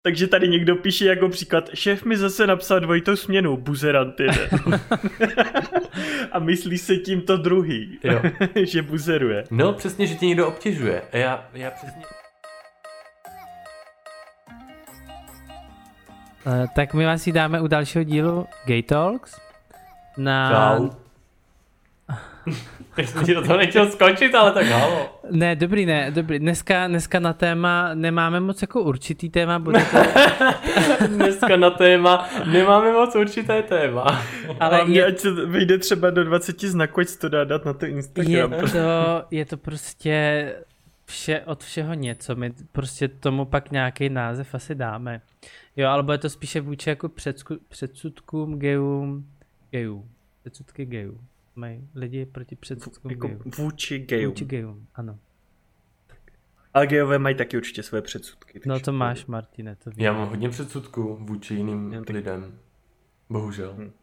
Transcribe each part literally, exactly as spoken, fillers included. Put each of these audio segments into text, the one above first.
Takže tady někdo píše jako příklad, šéf mi zase napsal dvojitou směnu, buzeranty. A myslí se tím to druhý, že buzeruje. No přesně, že tě někdo obtěžuje. A já, já přesně... Uh, tak my vás dáme u dalšího dílu Gay Talks. Na... Čau. Já jsem ti do toho nechtěl skočit, ale tak halo. Ne, dobrý, ne, dobrý. Dneska, dneska na téma nemáme moc jako určitý téma. Bude to... Dneska na téma nemáme moc určité téma. Ale je... mě, ať se vyjde třeba do dvaceti znaků, ať to dá dát na to Instagram. Je to, je to prostě vše, od všeho něco. My prostě tomu pak nějaký název asi dáme. Jo, ale bude to spíše vůči jako předsku, předsudkům gayům. Gayů. Předsudky gayů. Mají lidi proti předsudkům jako gayů. Vůči gayům. Vůči gayům, ano. Ale gayové mají taky určitě své předsudky. No to máš, Martine, to vím. Já mám hodně předsudků vůči jiným Já lidem. Bohužel. Hmm.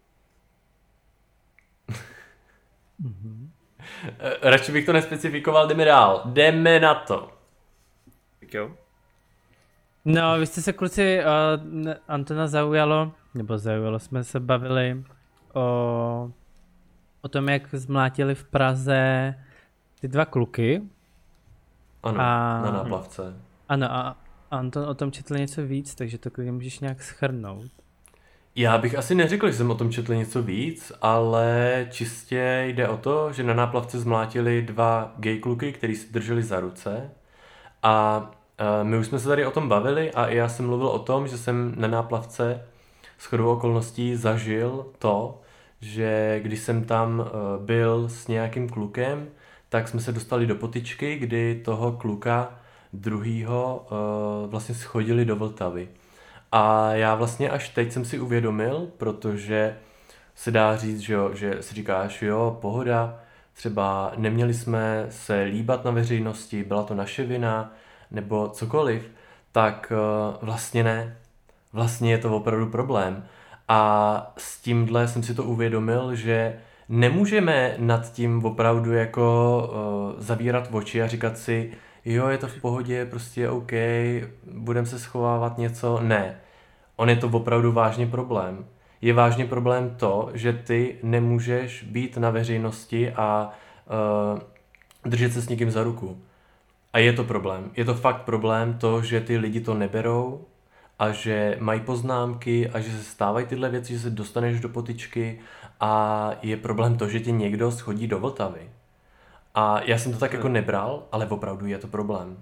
mm-hmm. Radši bych to nespecifikoval, jdeme dál. Jdeme na to. Tak jo. No, vy jste se kluci, uh, Antona zaujalo, nebo zaujalo, jsme se bavili o, o tom, jak zmlátili v Praze ty dva kluky. Ano, a, na náplavce. Ano, a Anton o tom četl něco víc, takže to klidně můžeš nějak shrnout. Já bych asi neřekl, že jsem o tom četl něco víc, ale čistě jde o to, že na náplavce zmlátili dva gay kluky, který si drželi za ruce a my už jsme se tady o tom bavili a já jsem mluvil o tom, že jsem na náplavce shodou okolností zažil to, že když jsem tam byl s nějakým klukem, tak jsme se dostali do potyčky, kdy toho kluka druhýho vlastně schodili do Vltavy. A já vlastně až teď jsem si uvědomil, protože se dá říct, že, jo, že si říkáš, jo, pohoda, třeba neměli jsme se líbat na veřejnosti, byla to naše vina, nebo cokoliv, tak vlastně ne. Vlastně je to opravdu problém. A s tímhle jsem si to uvědomil, že nemůžeme nad tím opravdu jako uh, zavírat oči a říkat si, jo, je to v pohodě, prostě OK, budeme se schovávat něco. Ne. On je to opravdu vážně problém. Je vážně problém to, že ty nemůžeš být na veřejnosti a uh, držet se s někým za ruku. A je to problém. Je to fakt problém to, že ty lidi to neberou a že mají poznámky a že se stávají tyhle věci, že se dostaneš do potyčky a je problém to, že tě někdo schodí do Vltavy. A já jsem to tak jako nebral, ale opravdu je to problém.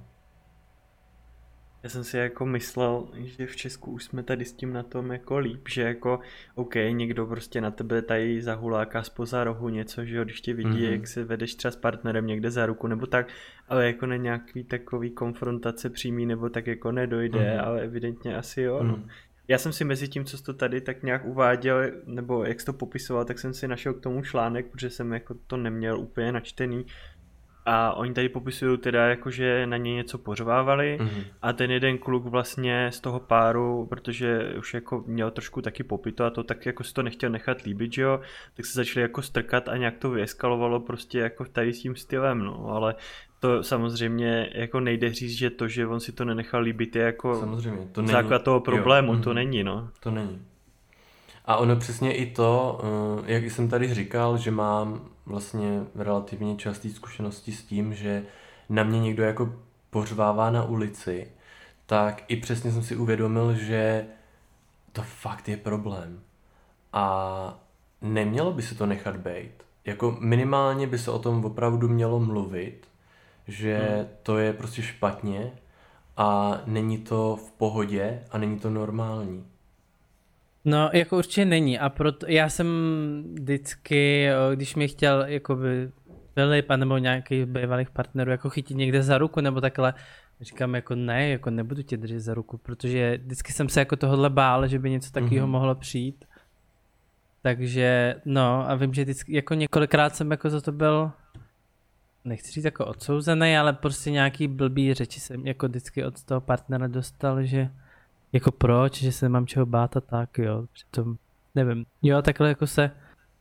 Já jsem si jako myslel, že v Česku už jsme tady s tím na tom jako líp, že jako OK, někdo prostě na tebe tady zahuláká zpoza rohu něco, že jo, když tě vidí, mm-hmm. jak se vedeš třeba s partnerem někde za ruku nebo tak, ale jako na nějaký takový konfrontace přímý nebo tak jako nedojde, mm-hmm. ale evidentně asi jo, no. Mm-hmm. Já jsem si mezi tím, co jsi to tady tak nějak uváděl, nebo jak jsi to popisoval, tak jsem si našel k tomu článek, protože jsem jako to neměl úplně načtený. A oni tady popisují teda jako, že na ně něco pořvávali mm-hmm. a ten jeden kluk vlastně z toho páru, protože už jako měl trošku taky popito a to tak jako si to nechtěl nechat líbit, že jo, tak se začali jako strkat a nějak to vyeskalovalo prostě jako tady s tím stylem, no, ale to samozřejmě jako nejde říct, že to, že on si to nenechal líbit je jako samozřejmě, to není, základ toho problému, jo, to mm-hmm. není, no. To není. A ono přesně i to, jak jsem tady říkal, že mám vlastně relativně časté zkušenosti s tím, že na mě někdo jako pořvává na ulici, tak i přesně jsem si uvědomil, že to fakt je problém. A nemělo by se to nechat bejt. Jako minimálně by se o tom opravdu mělo mluvit, že hmm. to je prostě špatně a není to v pohodě a není to normální. No, jako určitě není a proto já jsem vždycky, když mi chtěl jakoby Filip nebo nějakých bývalých partnerů jako chytit někde za ruku nebo takhle, říkám jako ne, jako nebudu tě držet za ruku, protože vždycky jsem se jako tohohle bál, že by něco takového mm-hmm. mohlo přijít. Takže no a vím, že vždycky, jako několikrát jsem jako za to byl, nechci říct jako odsouzený, ale prostě nějaký blbý řeči jsem jako vždycky od toho partnera dostal, že jako proč, že se nemám čeho bát a tak, jo, přitom, nevím, jo, takhle jako se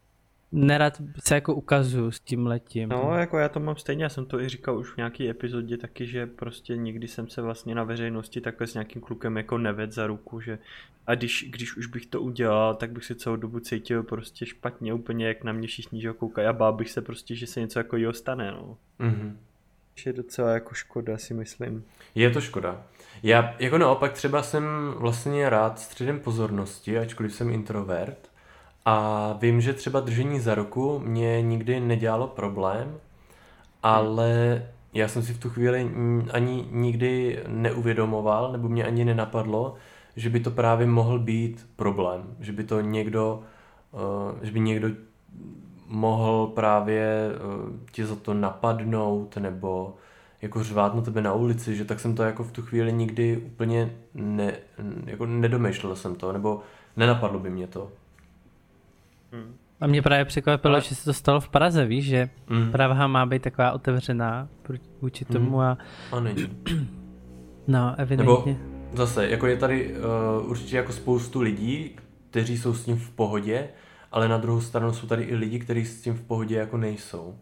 nerad se jako ukazuju s tím letím. No, jako já to mám stejně, já jsem to i říkal už v nějaký epizodě taky, že prostě nikdy jsem se vlastně na veřejnosti takhle s nějakým klukem jako nevedl za ruku, že a když, když už bych to udělal, tak bych se celou dobu cítil prostě špatně, úplně jak na mě všichni, že ho koukají a bál bych se prostě, že se něco jako jího stane, no. Mhm. Je docela jako škoda, si myslím. Je to škoda. Já jako naopak třeba jsem vlastně rád středem pozornosti, ačkoliv jsem introvert. A vím, že třeba držení za ruku mě nikdy nedělalo problém, ale já jsem si v tu chvíli ani nikdy neuvědomoval, nebo mě ani nenapadlo, že by to právě mohl být problém. Že by to někdo, že by někdo mohl právě tě za to napadnout, nebo jako řvát na tebe na ulici, že tak jsem to jako v tu chvíli nikdy úplně ne, jako nedomýšlel jsem to, nebo nenapadlo by mě to. Hmm. A mě právě překvapilo, ale... že se to stalo v Praze, víš, že mm. Praha má být taková otevřená vůči tomu a... A není. No, evidentně. Nebo zase, jako je tady uh, určitě jako spoustu lidí, kteří jsou s tím v pohodě, ale na druhou stranu jsou tady i lidi, kteří s tím v pohodě jako nejsou.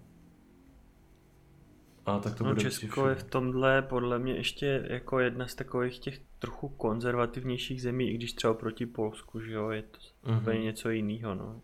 A tak to no, bude Česko je v tomhle podle mě ještě jako jedna z takových těch trochu konzervativnějších zemí, i když třeba proti Polsku, že jo, je to mm-hmm. úplně něco jiného, no.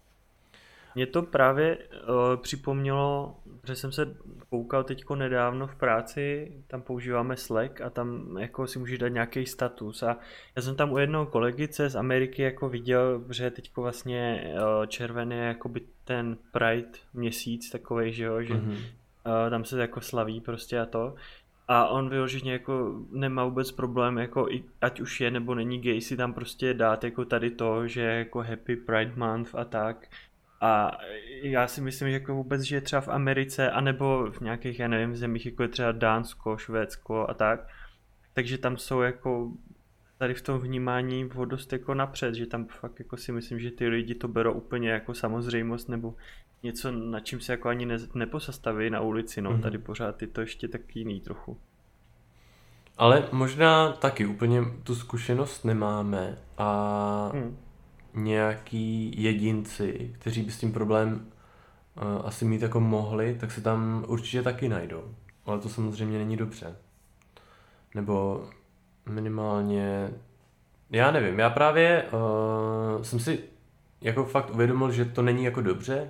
Mě to právě uh, připomnělo, že jsem se koukal teďko nedávno v práci, tam používáme Slack a tam jako si můžeš dát nějaký status a já jsem tam u jednoho kolegice z Ameriky jako viděl, že teďko vlastně uh, červený je jakoby ten Pride měsíc takovej, že jo, že mm-hmm. uh, tam se jako slaví prostě a to. A on vyloženě jako nemá vůbec problém, jako i, ať už je nebo není gay, si tam prostě dát jako tady to, že jako Happy Pride Month a tak. A já si myslím, že jako vůbec, že třeba v Americe, anebo v nějakých, já nevím, zemích, jako je třeba Dánsko, Švédsko a tak, takže tam jsou jako tady v tom vnímání o dost jako napřed, že tam fakt jako si myslím, že ty lidi to berou úplně jako samozřejmost, nebo něco, na čím se jako ani ne, neposastaví na ulici, no, mm-hmm. tady pořád je to ještě tak jiný trochu. Ale možná taky úplně tu zkušenost nemáme a... Hmm. nějaký jedinci, kteří by s tím problém uh, asi mít jako mohli, tak se tam určitě taky najdou. Ale to samozřejmě není dobře. Nebo minimálně, já nevím, já právě uh, jsem si jako fakt uvědomil, že to není jako dobře,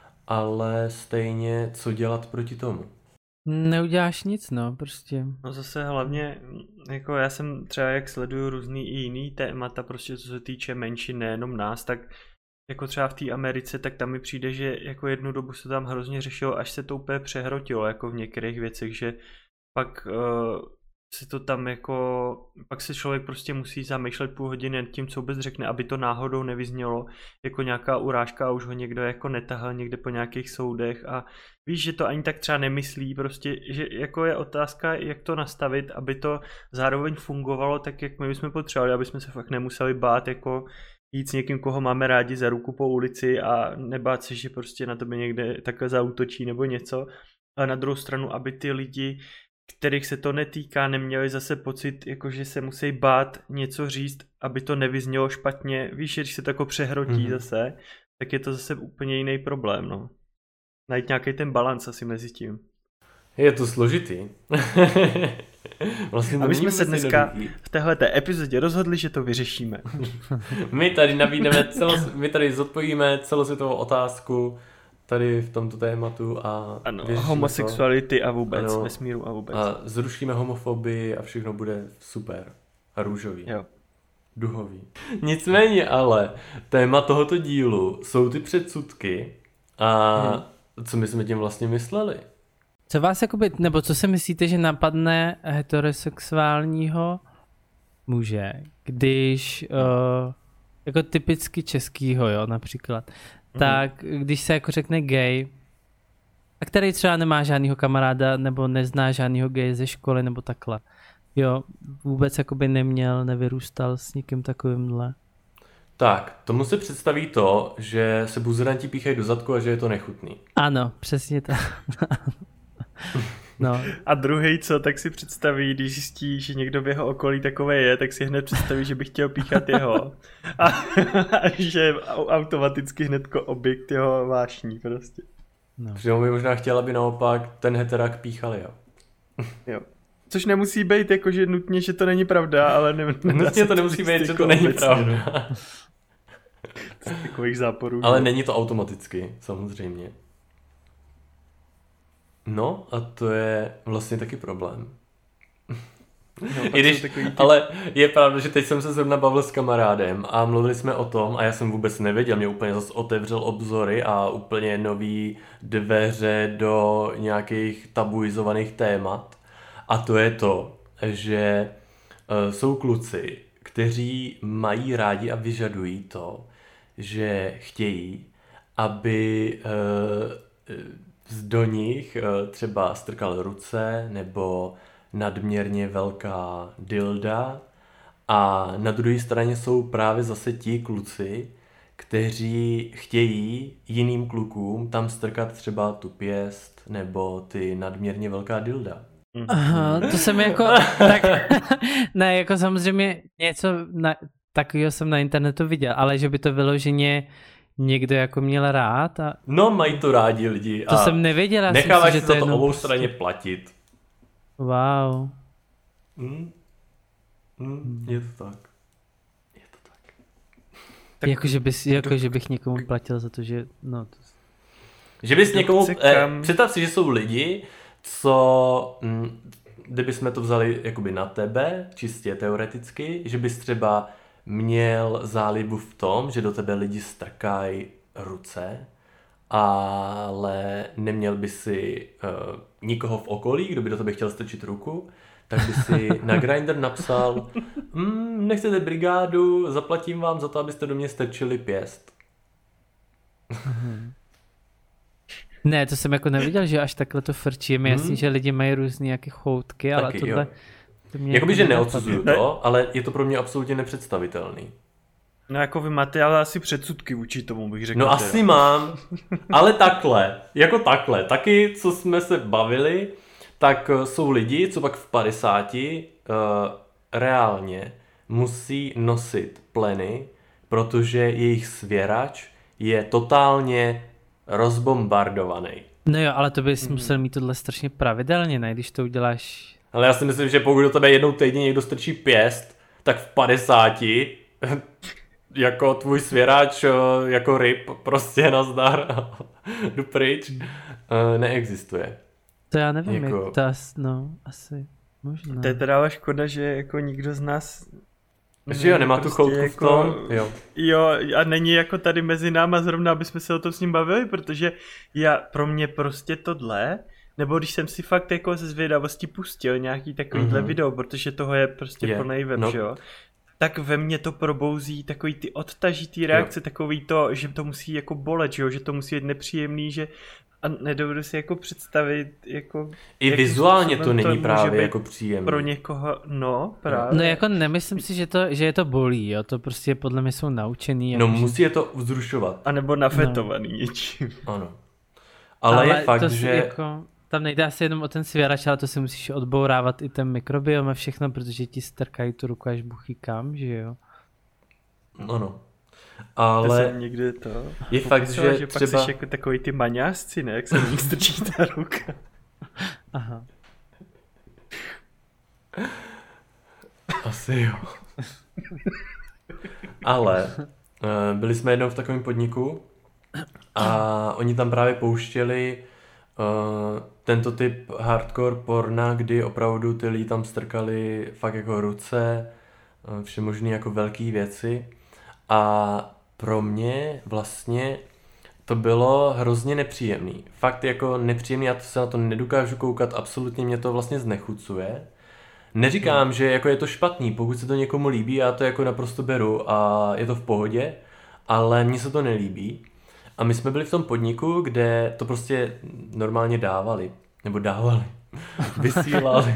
ale stejně co dělat proti tomu. Neuděláš nic, no, prostě. No zase hlavně, jako já jsem třeba jak sleduju různý i jiný témata, prostě co se týče menšin, nejenom nás, tak jako třeba v té Americe, tak tam mi přijde, že jako jednu dobu se tam hrozně řešilo, až se to úplně přehrotilo, jako v některých věcech, že pak uh, se to tam jako, pak se člověk prostě musí zamýšlet půl hodiny nad tím, co vůbec řekne, aby to náhodou nevyznělo jako nějaká urážka a už ho někdo jako netahal někde po nějakých soudech a víš, že to ani tak třeba nemyslí, prostě, že jako je otázka, jak to nastavit, aby to zároveň fungovalo tak, jak my bychom potřebovali, aby jsme se fakt nemuseli bát jako jít s někým, koho máme rádi za ruku po ulici a nebát se, že prostě na tebe někde takhle zaútočí nebo něco, ale na druhou stranu, aby ty lidi, kterých se to netýká, neměli zase pocit, jako že se musí bát něco říct, aby to nevyznělo špatně. Víš, když se to jako přehrotí mm-hmm. zase, tak je to zase úplně jiný problém, no. Najít nějaký ten balans asi mezi tím. Je to složitý. Vlastně a my jsme se dneska jednoduchý. V téhleté epizodě rozhodli, že to vyřešíme. My tady nabídneme, celos, my tady zodpovíme celosvětovou otázku tady v tomto tématu a ano, homosexuality to. A vůbec, ano, vesmíru a vůbec. A zrušíme homofobii a všechno bude super a růžový. Jo. Duhový. Nicméně ale téma tohoto dílu jsou ty předsudky a hmm. co my jsme tím vlastně mysleli? Co vás jakoby, nebo co si myslíte, že napadne heterosexuálního muže, když uh, jako typicky českýho, jo, například, mm. tak když se jako řekne gay, a který třeba nemá žádnýho kamaráda, nebo nezná žádnýho gay ze školy, nebo takhle, jo, vůbec jakoby neměl, nevyrůstal s nikým takovýmhle. Tak, tomu se představí to, že se buzeranti píchají do zadku a že je to nechutný. Ano, přesně tak. No. A druhý co, tak si představí, když zjistí, že někdo v jeho okolí takové je, tak si hned představí, že by chtěl píchat jeho. A, a že automaticky hnedko objekt jeho vášní prostě. No. Protože on by možná chtěl, aby naopak ten heterák píchal, jo. Jo. Což nemusí být jakože nutně, že to není pravda, ale ne, nutně to nemusí být, že to není pravda. Z takových záporů. Ale není to automaticky, samozřejmě. No a to je vlastně taky problém. No, I když, ty... Ale je pravda, že teď jsem se zrovna bavil s kamarádem a mluvili jsme o tom a já jsem vůbec nevěděl, mě úplně zase otevřel obzory a úplně nový dveře do nějakých tabuizovaných témat. A to je to, že uh, jsou kluci, kteří mají rádi a vyžadují to, že chtějí, aby uh, do nich uh, třeba strkal ruce nebo nadměrně velká dilda, a na druhé straně jsou právě zase ti kluci, kteří chtějí jiným klukům tam strkat třeba tu pěst nebo ty nadměrně velká dilda. Aha, to jsem jako, tak, ne, jako samozřejmě něco na, takového jsem na internetu viděl, ale že by to vyloženě někdo jako měl rád. A... No, mají to rádi lidi. To a jsem nevěděl. Já necháváš si, se za to jenom... obou straně platit. Wow. Hmm. Hmm, je to tak. Je to tak. tak jako, že bys, jako, že bych někomu platil za to, že... No, to... Že bys někomu... Eh, představ si, že jsou lidi, co... Hm, kdybychom to vzali jakoby na tebe, čistě teoreticky, že bys třeba měl zálibu v tom, že do tebe lidi strkají ruce, ale neměl by si uh, nikoho v okolí, kdo by do tebe chtěl strčit ruku, tak by si na Grindr napsal mm, nechcete brigádu, zaplatím vám za to, abyste do mě strčili pěst. Ne, to jsem jako neviděl, že až takhle to frčí. Je mi jasný, hmm. že lidi mají různý nějaké choutky, ale taky, tohle... To Jakoby, že neodsuzuju to, ale je to pro mě absolutně nepředstavitelný. No jako vy máte ale asi předsudky vůči tomu, bych řekl. No teda. Asi mám, ale takhle, jako takhle. Taky, co jsme se bavili, tak jsou lidi, co pak v padesáti uh, reálně musí nosit pleny, protože jejich svěrač je totálně rozbombardovaný. No jo, ale to bys hmm. musel mít tohle strašně pravidelně, ne? Když to uděláš... Ale já si myslím, že pokud do tebe jednou týdně někdo strčí pěst, tak v padesáti jako tvůj svěrač jako ryb prostě nazdar jdu pryč, neexistuje. To já nevím, jako... jak to asi, no, asi možná. To je teda ale škoda, že jako nikdo z nás... Že jo, nemá prostě tu choutku jako, v tom, jo. Jo, a není jako tady mezi náma zrovna, aby jsme se o tom s ním bavili, protože já, pro mě prostě tohle, nebo když jsem si fakt jako ze zvědavosti pustil nějaký takovýhle mm-hmm. video, protože toho je prostě je. plnej web, no. že jo, tak ve mně to probouzí takový ty odtažitý reakce, jo. takový to, že to musí jako bolet, že jo, že to musí být nepříjemný, že a nedovedu si jako představit, jako... I vizuálně to není to právě jako příjemný. Pro někoho, no, právě. No jako nemyslím si, že, to, že je to bolí, jo, to prostě podle mě jsou naučený. No jako, musí že... je to vzrušovat. A nebo nafetovaný no. něčím. Ano. Ale, ale je fakt, že... Jako, tam nejde asi jenom o ten svěrač, ale to si musíš odbourávat i ten mikrobiom a všechno, protože ti strkají tu ruku až buchy kam, že jo. Ano. Ale někdy to je fakt, že, že třeba... pak jsi jako takový ty maňásci, ne? Jak se do nich strčí ta ruka. Aha. Asi jo. Ale byli jsme jednou v takovém podniku a oni tam právě pouštěli uh, tento typ hardcore porna, kdy opravdu ty lidi tam strkali fakt jako ruce, uh, všemožný jako velký věci. A pro mě vlastně to bylo hrozně nepříjemný. Fakt jako nepříjemný, já to se na to nedokážu koukat, absolutně mě to vlastně znechucuje. Neříkám, hmm. že jako je to špatný, pokud se to někomu líbí, já to jako naprosto beru a je to v pohodě, ale mně se to nelíbí. A my jsme byli v tom podniku, kde to prostě normálně dávali, nebo dávali, vysílali.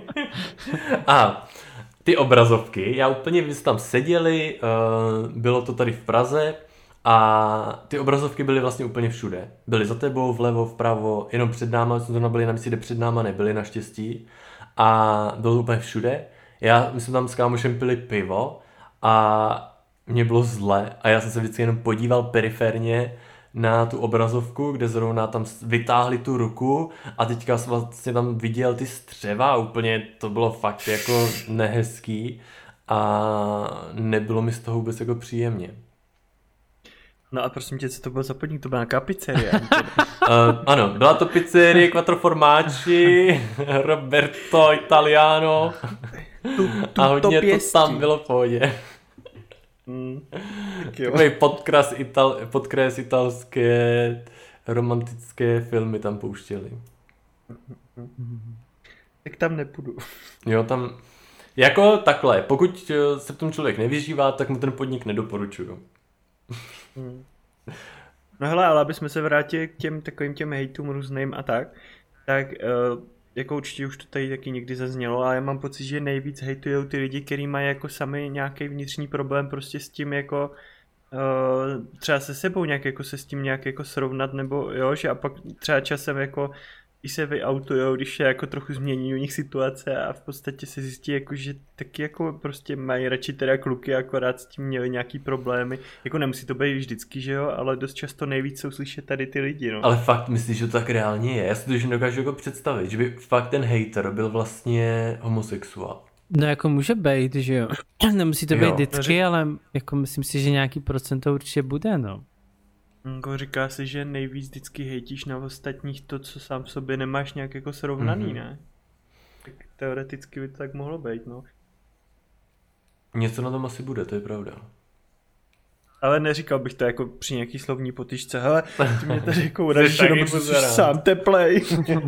A ty obrazovky, já úplně, vy jste tam seděli, uh, bylo to tady v Praze A ty obrazovky byly vlastně úplně všude. Byly za tebou, vlevo, vpravo, jenom před náma, jsme to byli na místě, kde před náma nebyli naštěstí. A bylo to úplně všude. Já, my jsme tam s kámošem pili pivo a mě bylo zle a já jsem se vždycky jenom podíval periferně na tu obrazovku, kde zrovna tam vytáhli tu ruku a teďka jsem vlastně tam viděl ty střeva, úplně to bylo fakt jako nehezký a nebylo mi z toho vůbec jako příjemně. No a prosím tě, co to bylo za podnik? To byla nějaká pizzeria. uh, ano, byla to pizzerie Quattro Formaggi, Roberto Italiano tu, tu, a hodně to, to tam bylo v pohodě. Mm, Takový podkres, ital, podkres italské romantické filmy tam pouštěli. Tak tam nepůjdu. Jo, tam, jako takhle, pokud se v tom člověk nevyžívá, tak mu ten podnik nedoporučuju. Mm. No hele, ale abychom se vrátili k těm takovým těm hejtům různým a tak, tak uh, jako určitě už to tady taky někdy zaznělo, ale já mám pocit, že nejvíc hejtujou ty lidi, kteří mají jako sami nějaký vnitřní problém prostě s tím jako uh, třeba se sebou nějak jako se s tím nějak jako srovnat, nebo jo, že a pak třeba časem jako i se vyautujou, když je jako trochu změní u nich situace a v podstatě se zjistí jako, že taky jako prostě mají radši teda kluky, akorát s tím měli nějaký problémy, jako nemusí to být vždycky, že jo, ale dost často nejvíc jsou slyšet tady ty lidi, no. Ale fakt myslíš, že to tak reálně je? Já si to už nedokážu jako představit, že by fakt ten hater byl vlastně homosexuál. No jako může být, že jo. Nemusí to být Jo. vždycky, ale jako myslím si, že nějaký procento určitě bude, no. Jako říká se, že nejvíc vždycky hejtíš na ostatních to, co sám v sobě nemáš nějak jako srovnaný, mm-hmm. ne? Tak teoreticky by to tak mohlo být, no. Něco na tom asi bude, to je pravda. Ale neříkal bych to jako při nějaký slovní potyčce, hele, ty mě tady jako urazíš, taky jenom jsi pozerám. sám teplej.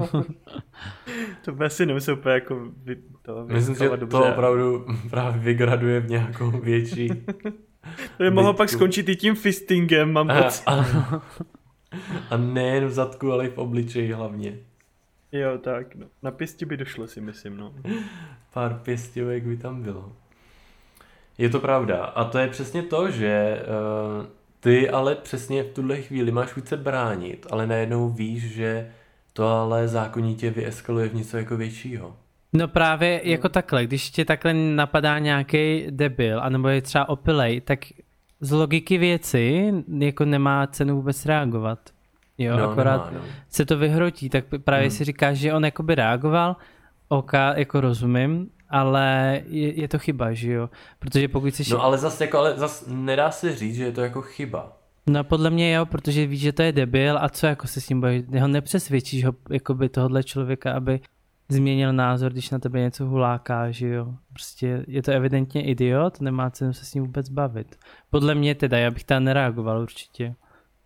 To by asi nemusel úplně jako vy, to Myslím, že dobře. to opravdu právě vygraduje v nějakou větší... To by mohlo pak skončit i tím fistingem, mám pocit. A, a, a nejen v zadku, ale i v obličeji hlavně. Jo, tak, no. Na pěsti by došlo, si myslím, no. Pár pěstěvek by tam bylo. Je to pravda. A to je přesně to, že uh, ty ale přesně v tuhle chvíli máš chuť se bránit, ale najednou víš, že to ale zákonitě vyeskaluje v něco jako většího. No právě jako takhle, když tě takhle napadá nějaký debil, anebo je třeba opilej, tak z logiky věci jako nemá cenu vůbec reagovat. Jo, no, akorát nemá, no. se to vyhrotí, tak právě hmm. si říkáš, že on jakoby reagoval, ok, jako rozumím, ale je, je to chyba, že jo, protože pokud jsi... No ale zase jako, ale zas nedá se říct, že je to jako chyba. No podle mě jo, protože víš, že to je debil a co jako se s tím bojíš, ho nepřesvědčíš ho, jakoby tohohle člověka, aby změnil názor, když na tebe něco huláká, že jo. Prostě je to evidentně idiot, nemá cenu se s ním vůbec bavit. Podle mě teda, já bych tam nereagoval určitě.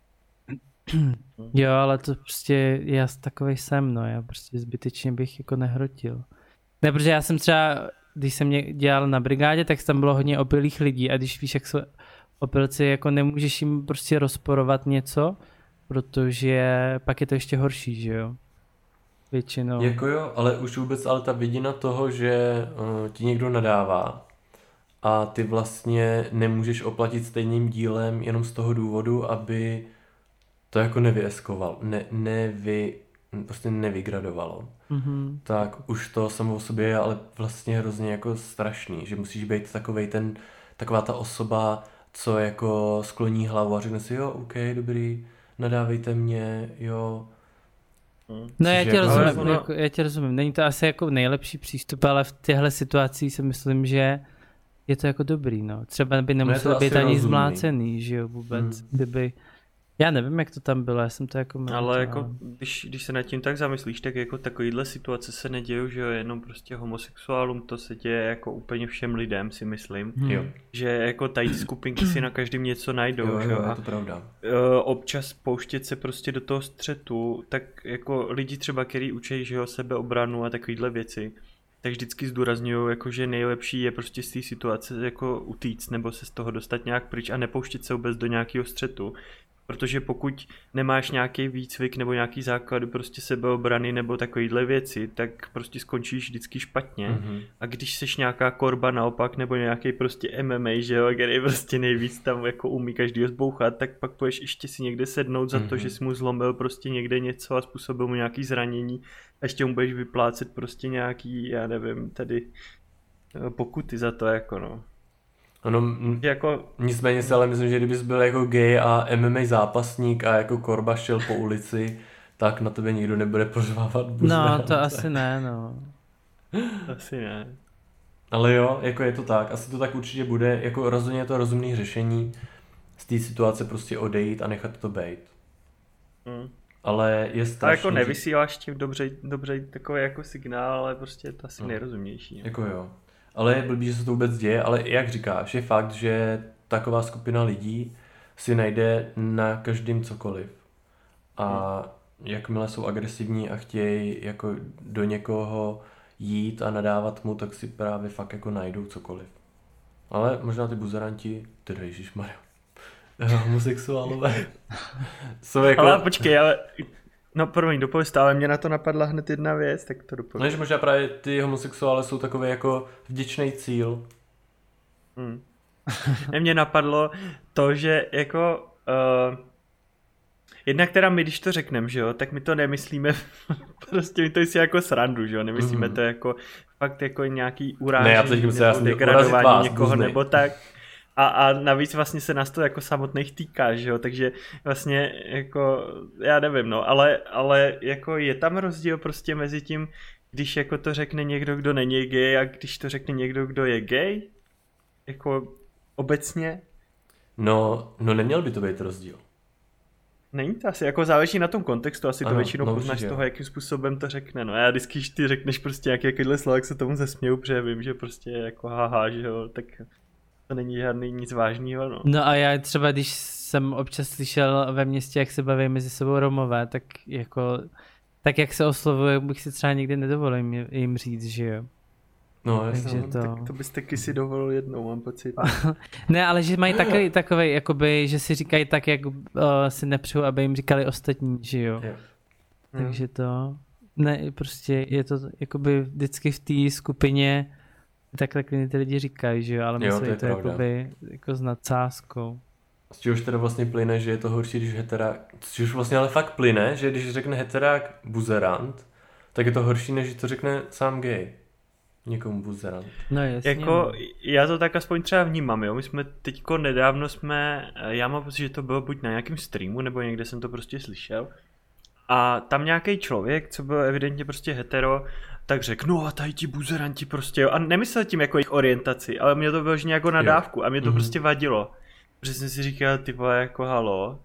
Jo, ale to prostě, já takovej jsem, no, já prostě zbytečně bych jako nehrotil. Ne, protože já jsem třeba, když jsem mě dělal na brigádě, tak tam bylo hodně opilých lidí a když víš, jak jsou opilci, jako nemůžeš jim prostě rozporovat něco, protože pak je to ještě horší, že jo. Většinou. Jako jo, ale už vůbec ale ta vidina toho, že uh, ti někdo nadává a ty vlastně nemůžeš oplatit stejným dílem jenom z toho důvodu, aby to jako nevyeskoval, ne, nevy, prostě nevygradovalo. Mm-hmm. Tak už to samo o sobě je ale vlastně hrozně jako strašný, že musíš být takovej ten, taková ta osoba, co jako skloní hlavu a řekne si jo, ok, dobrý, nadávejte mě, jo. No já tě, jako, rozumím, ale... jako, já tě rozumím, není to asi jako nejlepší přístup, ale v těchto situacích si myslím, že je to jako dobrý, no. Třeba by nemusel no být ani rozumný. zmlácený, že jo, vůbec, hmm. kdyby, já nevím, jak to tam bylo, já jsem to jako... Ale měl, jako, ale... když, když se nad tím tak zamyslíš, tak jako takovýhle situace se nedějou, že jo, jenom prostě homosexuálům, to se děje jako úplně všem lidem, si myslím. Hmm. Jo. Že jako tady ty skupinky si na každém něco najdou, Jo, že jo, jo. je to pravda. Občas pouštět se prostě do toho střetu, tak jako lidi třeba, který učí, že jo, sebeobranu a takovýhle věci, tak vždycky zdůrazňují, jako, že nejlepší je prostě z té situace jako utíct nebo se z toho dostat nějak pryč a nepouštět se vůbec do nějakého střetu. Protože pokud nemáš nějaký výcvik nebo nějaký základ prostě sebeobrany nebo takovýhle věci, tak prostě skončíš vždycky špatně. Mm-hmm. A když seš nějaká korba naopak nebo nějaký prostě M M A, že jo, který prostě nejvíc tam jako umí každýho zbouchat, tak pak půjdeš ještě si někde sednout za mm-hmm. to, že jsi mu zlomil prostě někde něco a způsobil mu nějaký zranění a ještě mu budeš vyplácet prostě nějaký, já nevím, tady pokuty za to jako no. Ano, m- jako... nicméně si ale myslím, že kdybys byl jako gay a M M A zápasník a jako korba šel po ulici, tak na tebe nikdo nebude pořvávat buzeranta. No, to asi ne, no. Asi ne. Ale jo, jako je to tak, asi to tak určitě bude, jako rozhodně je to rozumné řešení z té situace prostě odejít a nechat to být. Hmm. Ale je strašný... A jako nevysíláš tím dobře, dobře takový jako signál, ale prostě je to asi no. nejrozumnější. Jako jo. Ale je blbý, že se to vůbec děje, ale jak říkáš, je fakt, že taková skupina lidí si najde na každém cokoliv. A hmm. jakmile jsou agresivní a chtějí jako do někoho jít a nadávat mu, tak si právě fakt jako najdou cokoliv. Ale možná ty buzeranti, teda ježišmarja, homosexuálové, jsou jako... Ale počkej, ale... No promiň, dopověz, ale mě na to napadla hned jedna věc, tak to dopověz. No, že možná právě ty homosexuále jsou takový jako vděčný cíl. Hmm. Mě napadlo to, že jako... Uh, jednak teda my, když to řekneme, že jo, tak my to nemyslíme, prostě my to si jako srandu, že jo, nemyslíme mm-hmm. to jako fakt jako nějaký urážení ne, nebo degradování někoho buznej. Nebo tak. A, a navíc vlastně se nás to jako samotných týká, že jo, takže vlastně jako, já nevím, no, ale, ale jako je tam rozdíl prostě mezi tím, když jako to řekne někdo, kdo není gay a když to řekne někdo, kdo je gay, jako obecně. No, no neměl by to být rozdíl. Není to asi, jako záleží na tom kontextu, asi ano, to většinou no, poznáš toho, jakým způsobem to řekne, no já vždycky, když ty řekneš prostě nějaký jakýhle slova, jak se tomu zasměju, protože vím, že prostě jako haha, že jo, tak... To není žádný nic vážného, no. No a já třeba, když jsem občas slyšel ve městě, jak se baví mezi sebou Romové, tak jako, tak jak se oslovuje, bych si třeba nikdy nedovolil jim, jim říct, že jo. No, jasně. To... Tak to bys taky si dovolil jednou, mám pocit. Ne, ale že mají takový, takovej, jakoby, že si říkají tak, jak uh, si nepřeju, aby jim říkali ostatní, že jo. Yeah. Takže to, ne, prostě je to jakoby vždycky v té skupině takhle ty lidi říkají, že jo, ale myslí to, to jakoby, jako s nadsázkou. Z čehož teda vlastně plyne, že je to horší, když heterák, z čehož vlastně ale fakt plyne, že když řekne heterák buzerant, tak je to horší, než to řekne sám gay. Někomu buzerant. No jasně. Jako, já to tak aspoň třeba vnímám, jo, my jsme teďko nedávno jsme, já mám pocit, že to bylo buď na nějakém streamu, nebo někde jsem to prostě slyšel. A tam nějaký člověk, co byl evidentně prostě hetero, tak řekl, no a tady ti buzeranti prostě, jo. A nemyslel tím jako jejich orientaci, ale mě to bylo že jako nadávku a mě to mm-hmm. prostě vadilo. Protože jsem si říkal, ty vole, jako halo.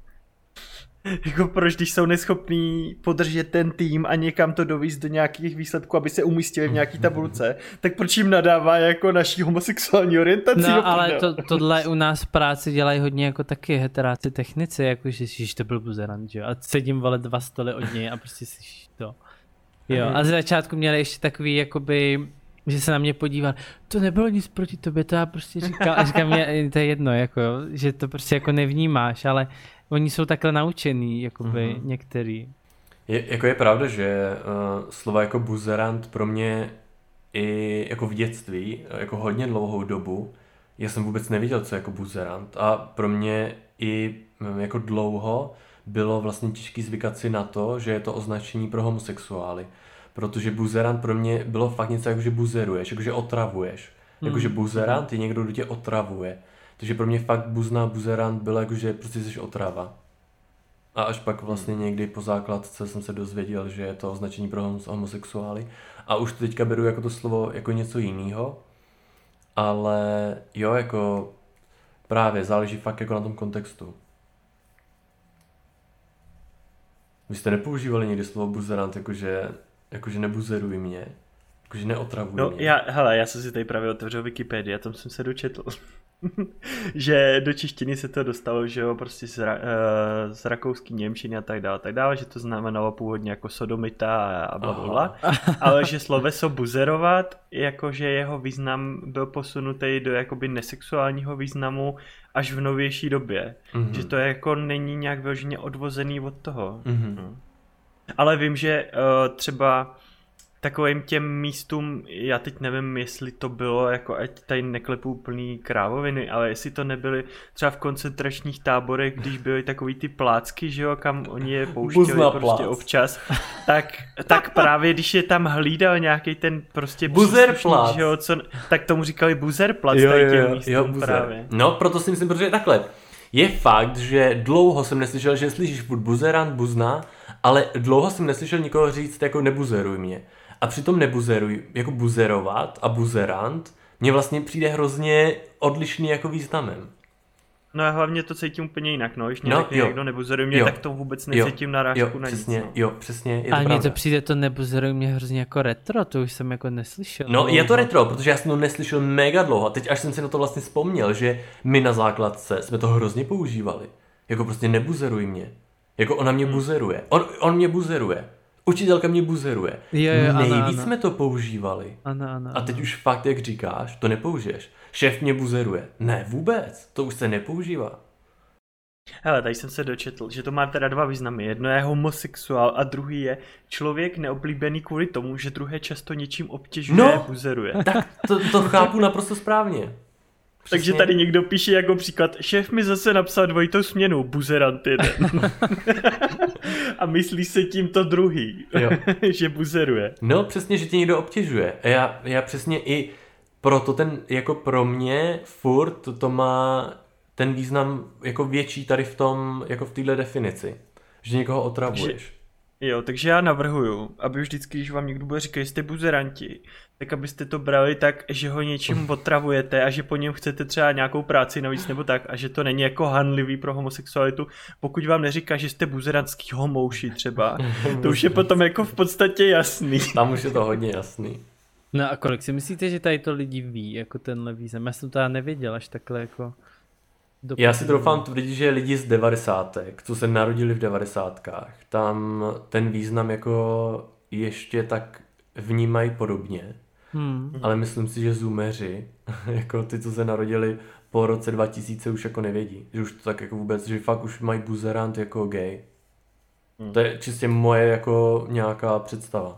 Jako proč, když jsou neschopní podržet ten tým a někam to dovízt do nějakých výsledků, aby se umístili v nějaký tabulce, tak proč jim nadává jako naší homosexuální orientaci? No ale to, tohle u nás v práci dělají hodně jako taky heteráci technici, jako že že to byl buzerant, že jo. A sedím vole dva stoly od něj a prostě slyšíš to. Jo, a ze začátku měli ještě takový jakoby, že se na mě podíval, to nebylo nic proti tobě, to já prostě říkal, a říkám mě, to je jedno, jako, že to prostě jako nevnímáš, ale oni jsou takhle naučený, jakoby mm-hmm. některý. Je, jako je pravda, že uh, slova jako buzerant pro mě i jako v dětství, jako hodně dlouhou dobu, já jsem vůbec neviděl, co je jako buzerant a pro mě i jako dlouho bylo vlastně těžký zvykat si na to, že je to označení pro homosexuály. Protože buzerant pro mě bylo fakt něco jako, že buzeruješ, jako, že otravuješ. Mm. Jako, že buzerant je někdo, kdo tě otravuje. Takže pro mě fakt buzná buzerant bylo jako, že prostě jsi otrava. A až pak vlastně někdy po základce jsem se dozvěděl, že je to označení pro homosexuály. A už to teďka beru jako to slovo jako něco jiného. Ale jo, jako právě záleží fakt jako na tom kontextu. Vy jste nepoužívali někdy slovo buzerant, jakože, jakože nebuzeruj mě, jakože neotravuj no, mě. Já, hele, já jsem si tady právě otevřel Wikipedii a tam jsem se dočetl. že do češtiny se to dostalo, že jo, prostě z, ra, z rakouský němčiny a tak dále, tak dále, že to znamenalo původně jako sodomita a blablabla, ale že sloveso buzerovat, jakože jeho význam byl posunutý do jakoby nesexuálního významu až v novější době, mm-hmm. že to jako není nějak vyloženě odvozený od toho. Mm-hmm. No. Ale vím, že uh, třeba takovým těm místům, já teď nevím, jestli to bylo, jako ať tady neklepu úplný krávoviny, ale jestli to nebyly třeba v koncentračních táborech, když byly takový ty plácky, že jo, kam oni je pouštěli Buzna prostě plác. občas, tak, tak právě když je tam hlídal nějaký ten prostě Buzerplác. že jo, co, tak tomu říkali buzerplác, Jo, tady jo, těm jo, místům jo, buzer. právě. No, proto si myslím, protože takhle. Je fakt, že dlouho jsem neslyšel, že slyšíš furt buzerant, buzna, ale dlouho jsem neslyšel nikoho říct jako nebuzeruj mě. A přitom nebuzeruj, jako buzerovat a buzerant, mně vlastně přijde hrozně odlišný jako významem. No a hlavně to cítím úplně jinak, no, když mě No, řekne jo. někdo nebuzeruj mě, Jo. tak to vůbec necítím narážku jo, na nic. přesně, No. jo, přesně, je to A mně pravda. to přijde to nebuzeruj mě hrozně jako retro, to už jsem jako neslyšel. No, je to retro, protože já jsem to neslyšel mega dlouho a teď až jsem si na to vlastně vzpomněl, že my na základce jsme to hrozně používali. Jako prostě nebuzeruj mě. Jako ona mě buzeruje. On, on mě buzeruje. Učitelka mě buzeruje. Jo, jo, ano, Nejvíc ano. jsme to používali. Ano, ano, A teď ano. už fakt, jak říkáš, to nepoužiješ. Šéf mě buzeruje. Ne, vůbec. To už se nepoužívá. Hele, tady jsem se dočetl, že to má teda dva významy. Jedno je homosexuál a druhý je člověk neoblíbený kvůli tomu, že druhé často něčím obtěžuje, No! buzeruje. Tak to, to chápu naprosto správně. Přesně. Takže tady někdo píše jako příklad, šéf mi zase napsal dvojitou směnu, buzerant jeden. A myslí se tím to druhý, Jo. že buzeruje. No přesně, že tě někdo obtěžuje. A já, já přesně i proto ten, jako pro mě furt to, to má ten význam jako větší tady v tom, jako v téhle definici. Že někoho otravuješ. Jo, takže já navrhuju, aby vždycky, když vám někdo bude říkat, že jste buzeranti, tak abyste to brali tak, že ho něčím otravujete a že po něm chcete třeba nějakou práci navíc nebo tak a že to není jako hanlivý pro homosexualitu, pokud vám neříká, že jste buzerantský homouši třeba, to už je potom jako v podstatě jasný. Tam už je to hodně jasný. No a kolik si myslíte, že tady to lidi ví, jako tenhle význam? Já jsem to já nevěděl až takhle jako... Já si troufám tvrdit, že lidi z devadesátek, co se narodili v devadesátkách, tam ten význam jako ještě tak vnímají podobně. Hmm. Ale myslím si, že zoomeři, jako ty, co se narodili po roce dva tisíce, už jako nevědí. Že už to tak jako vůbec, že fakt už mají buzerant jako gay. Hmm. To je čistě moje jako nějaká představa.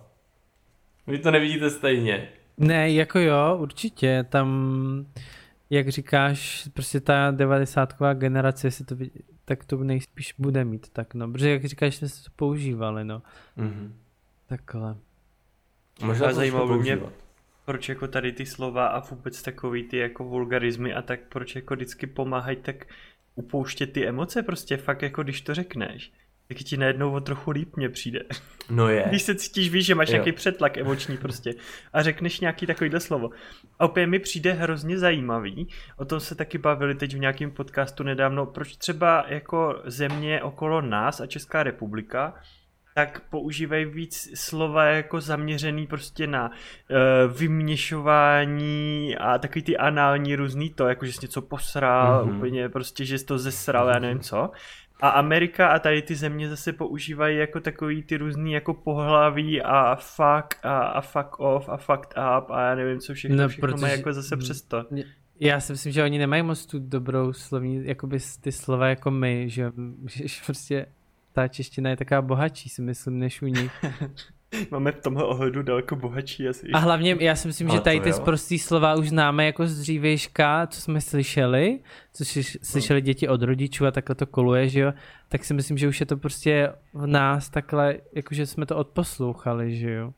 Vy to nevidíte stejně. Ne, jako jo, určitě, tam, jak říkáš, prostě ta devadesátková generace, jestli to vidí, tak to nejspíš bude mít tak, no, protože jak říkáš, jsme to používali, no. Mhm. Takhle. Možná Ale to zajímalo začnu by mě, používat. proč jako tady ty slova a vůbec takový ty jako vulgarizmy a tak proč jako vždycky pomáhají tak upouštět ty emoce prostě fakt jako když to řekneš. Tak ti najednou o trochu líp mně přijde. No je. Když se cítíš, víš, že máš Jo. nějaký přetlak emoční prostě a řekneš nějaký takovýhle slovo. A opět mi přijde hrozně zajímavý, o tom se taky bavili teď v nějakém podcastu nedávno, proč třeba jako země okolo nás a Česká republika tak používají víc slova jako zaměřený prostě na uh, vyměšování a takový ty anální různý to, jako že jsi něco posral, mm-hmm. úplně prostě, že jsi to zesral, já nevím co. A Amerika a tady ty země zase používají jako takový ty různý jako pohlaví a fuck a, a fuck off a fucked up a já nevím co všechno, No, všechno protože- mají jako zase přesto. Já si myslím, že oni nemají moc tu dobrou slovní, jakoby ty slova jako my, že, že prostě ta čeština je taková bohatší, si myslím, než u nich. Máme v tomhle ohledu daleko bohatší asi. A hlavně já si myslím, Ale že tady to ty jo. prostý slova už známe jako z dřívějška, co jsme slyšeli, co si slyšeli děti od rodičů a takhle to koluje, že jo, tak si myslím, že už je to prostě v nás takhle, jakože jsme to odposlouchali, že jo.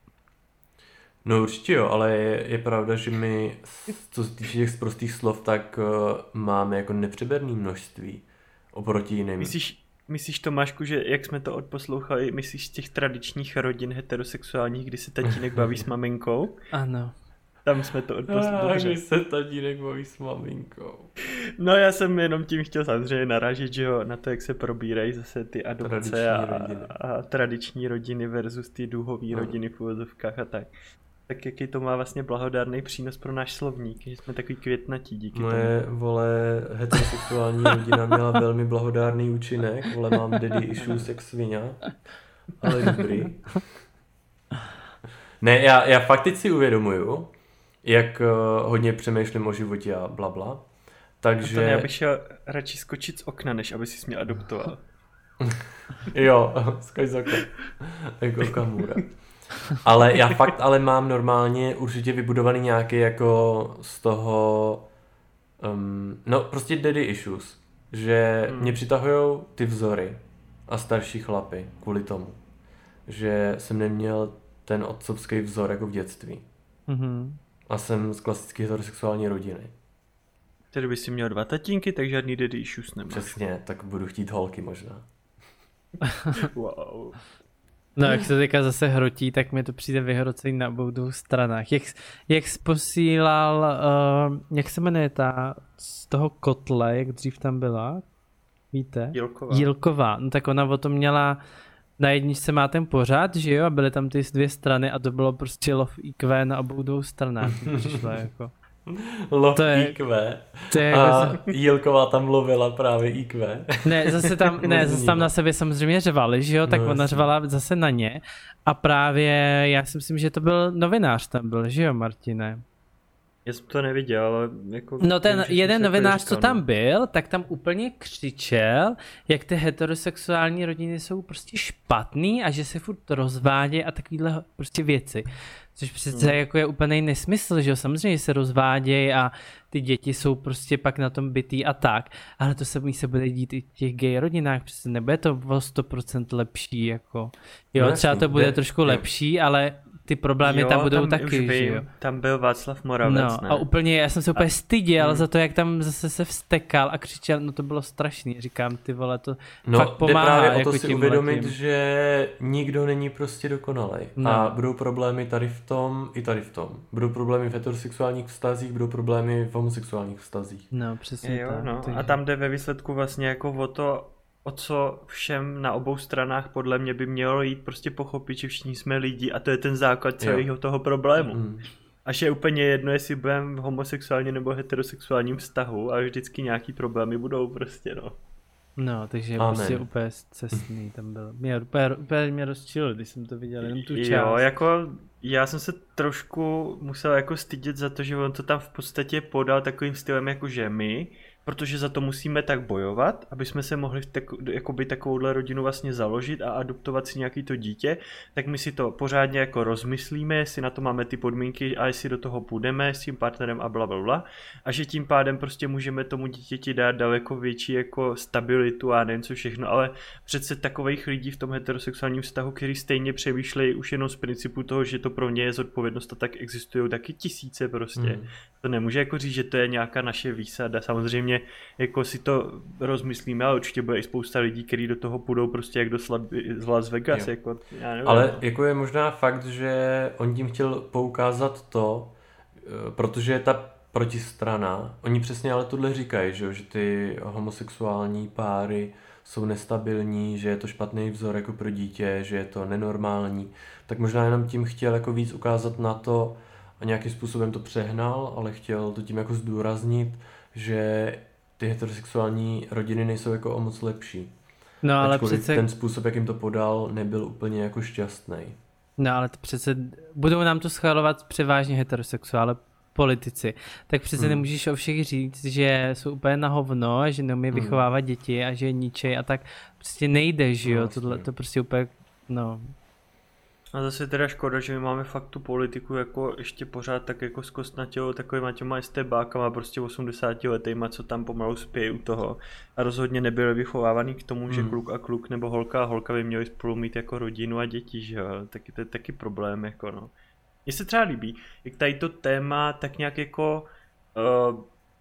No určitě jo, ale je, je pravda, že my, co se týče těch prostých slov, tak uh, máme jako nepřeberné množství oproti jiným. Myslíš, myslíš Tomášku, že jak jsme to odposlouchali, myslíš z těch tradičních rodin heterosexuálních, kdy se tatínek baví s maminkou? Ano. Tam jsme to odposlouchali. Ah, když se tatínek baví s maminkou. No já jsem jenom tím chtěl samozřejmě narážet, že jo, na to, jak se probírají zase ty adopce Tradiční a, rodiny. a tradiční rodiny versus ty duhové No. rodiny v uvozovkách a tak. tak jaký to má vlastně blahodárný přínos pro náš slovník, že jsme takový květnatí díky Moje, tomu. vole, heterosexuální rodina měla velmi blahodárný účinek, vole, mám daddy issues jak svině, ale dobrý. Ne, já, já fakt teď si uvědomuju, jak uh, hodně přemýšlím o životě a blabla, takže... A to já bych šel radši skočit z okna, než aby si mě adoptoval. Jo, skoč z okna, jako Kamura. Ale já fakt ale mám normálně určitě vybudovaný nějaký jako z toho, um, no prostě daddy issues, že hmm. mě přitahujou ty vzory a starší chlapy kvůli tomu, že jsem neměl ten otcovský vzor jako v dětství. Mm-hmm. A jsem z klasické heterosexuální rodiny. Tedy by si měl dva tatínky, tak žádný daddy issues nemáš. Přesně, tak budu chtít holky možná. Wow. No, jak se teďka zase hrotí, tak mi to přijde vyhrocení na obou dvou stranách. Jak, jak jsi posílal, uh, jak se jmenuje ta z toho kotle, jak dřív tam byla? Víte? Jílková. Jílková. No tak ona o tom měla, na jedničce má ten pořád, že jo? A byly tam ty dvě strany a to bylo prostě love í kvé na obou dvou stranách. To přišlo jako... Love to je, í kvé. To je a jako... Jílková tam lovila právě í kvé. Ne, zase tam, ne, zase tam na sebe samozřejmě řvali, že jo, tak no, ona jasný. Řvala zase na ně. A právě, já si myslím, že to byl novinář tam byl, že jo, Martine? Já jsem to neviděl, ale jako... No ten vím, jeden novinář, říkal, co tam byl, tak tam úplně křičel, jak ty heterosexuální rodiny jsou prostě špatný a že se furt rozvádějí a takovýhle prostě věci. Což přece hmm. jako je úplný nesmysl, že jo, samozřejmě se rozvádějí a ty děti jsou prostě pak na tom bitý a tak, ale to se, se bude dít i v těch gay rodinách, přece nebude to o sto procent lepší, jako, jo, no, třeba to bude ne, trošku ne. lepší, ale ty problémy jo, tam budou tam taky, že jo. Tam byl Václav Moravec, no, ne? A úplně, já jsem se úplně a... styděl hmm. za to, jak tam zase se vstekal a křičel, no to bylo strašný, říkám, ty vole, to no, fakt pomáhá. No, právě jako o to si uvědomit, letím. Že nikdo není prostě dokonalej. No. A budou problémy tady v tom i tady v tom. Budou problémy v heterosexuálních vztazích, budou problémy v homosexuálních vztazích. No, přesně jo, tak. No. Takže... A tam jde ve výsledku vlastně jako o to, o co všem na obou stranách podle mě by mělo jít prostě pochopit, že všichni jsme lidi a to je ten základ celého jo. toho problému. Mm. Až je úplně jedno, jestli budeme v homosexuálním nebo heterosexuálním vztahu a vždycky nějaký problémy budou prostě, no. No, takže Amen. Prostě úplně cestný tam byl. Mě úplně, úplně mě rozčilo, když jsem to viděl, jenom tu část. Jo, jako já jsem se trošku musel jako stydět za to, že on to tam v podstatě podal takovým stylem jako že my, protože za to musíme tak bojovat, aby jsme se mohli tak, jakoby takovouhle rodinu vlastně založit a adoptovat si nějaký to dítě, tak my si to pořádně jako rozmyslíme, jestli na to máme ty podmínky a jestli do toho půjdeme s tím partnerem a blablabla. Bla, bla, a že tím pádem prostě můžeme tomu dítěti dát daleko větší jako stabilitu a nevím co všechno, ale přece takových lidí v tom heterosexuálním vztahu, který stejně přemýšlejí už jenom z principu toho, že to pro ně je zodpovědnost a tak existují taky tisíce prostě. Hmm. To nemůže jako říct, že to je nějaká naše výsada. Samozřejmě jako si to rozmyslíme, ale určitě bude i spousta lidí, kteří do toho půjdou prostě jak do z Las Vegas. Jako, já nevím, ale no. jako je možná fakt, že on tím chtěl poukázat to, protože ta protistrana, oni přesně ale tohle říkají, že, že ty homosexuální páry jsou nestabilní, že je to špatný vzor jako pro dítě, že je to nenormální, tak možná jenom tím chtěl jako víc ukázat na to a nějakým způsobem to přehnal, ale chtěl to tím jako zdůraznit, že ty heterosexuální rodiny nejsou jako o moc lepší. No ale přece... ten způsob, jak jim to podal, nebyl úplně jako šťastný. No ale přece budou nám to schvalovat převážně heterosexuále politici. Tak přece hmm. nemůžeš o všech říct, že jsou úplně na hovno, že neumí hmm. vychovávat děti a že ničej a tak prostě nejde, že jo, no, tohle to prostě úplně, no... A zase teda škoda, že my máme fakt tu politiku jako ještě pořád tak jako zkostnatělou takovýma těma estébákama prostě osmdesátiletýma, co tam pomalu spějí u toho a rozhodně nebyli vychovávaný k tomu, hmm. že kluk a kluk nebo holka a holka by měli spolu mít jako rodinu a děti, že jo, taky to je taky problém jako no. Mně se třeba líbí, jak tady to téma tak nějak jako uh,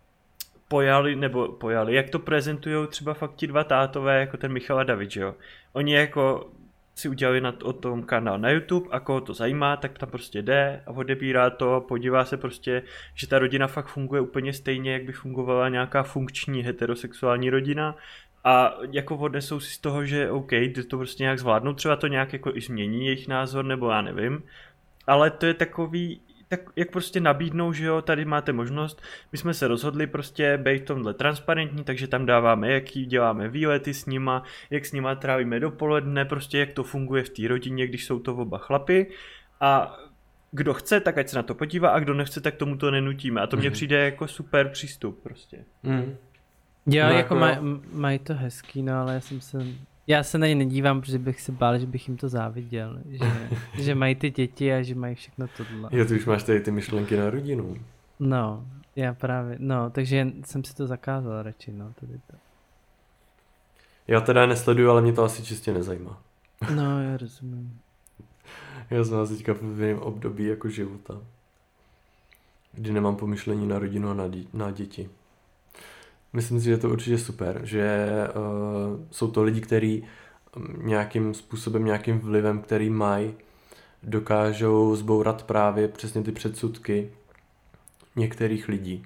pojali, nebo pojali, jak to prezentujou třeba fakt ti dva tátové, jako ten Michal a David, že jo. Oni jako si udělali na o tom kanál na YouTube a koho to zajímá, tak tam prostě jde a odebírá to, podívá se prostě, že ta rodina fakt funguje úplně stejně, jak by fungovala nějaká funkční heterosexuální rodina a jako odnesou si z toho, že OK, to prostě nějak zvládnou, třeba to nějak jako i změní jejich názor, nebo já nevím, ale to je takový, tak jak prostě nabídnou, že jo, tady máte možnost, my jsme se rozhodli prostě být tomhle transparentní, takže tam dáváme, jaký děláme výlety s nima, jak s nima trávíme dopoledne, prostě jak to funguje v té rodině, když jsou to oba chlapy a kdo chce, tak ať se na to podívá a kdo nechce, tak tomu to nenutíme a to mně mm. přijde jako super přístup prostě. Mm. Jo, no, jako, jako maj, mají to hezký, no ale já jsem se... Já se na ně nedívám, protože bych se bál, že bych jim to záviděl, že, že mají ty děti a že mají všechno tohle. Jo, ty už máš tady ty myšlenky na rodinu. No, já právě, no, takže jsem si to zakázal radši, no, tady to. Já teda nesleduju, ale mě to asi čistě nezajímá. No, já rozumím. Já jsem asi teďka v jiném období jako života, kdy nemám pomyšlení na rodinu a na, dí- na děti. Myslím si, že je to určitě super, že uh, jsou to lidi, kteří nějakým způsobem, nějakým vlivem, který mají, dokážou zbourat právě přesně ty předsudky některých lidí.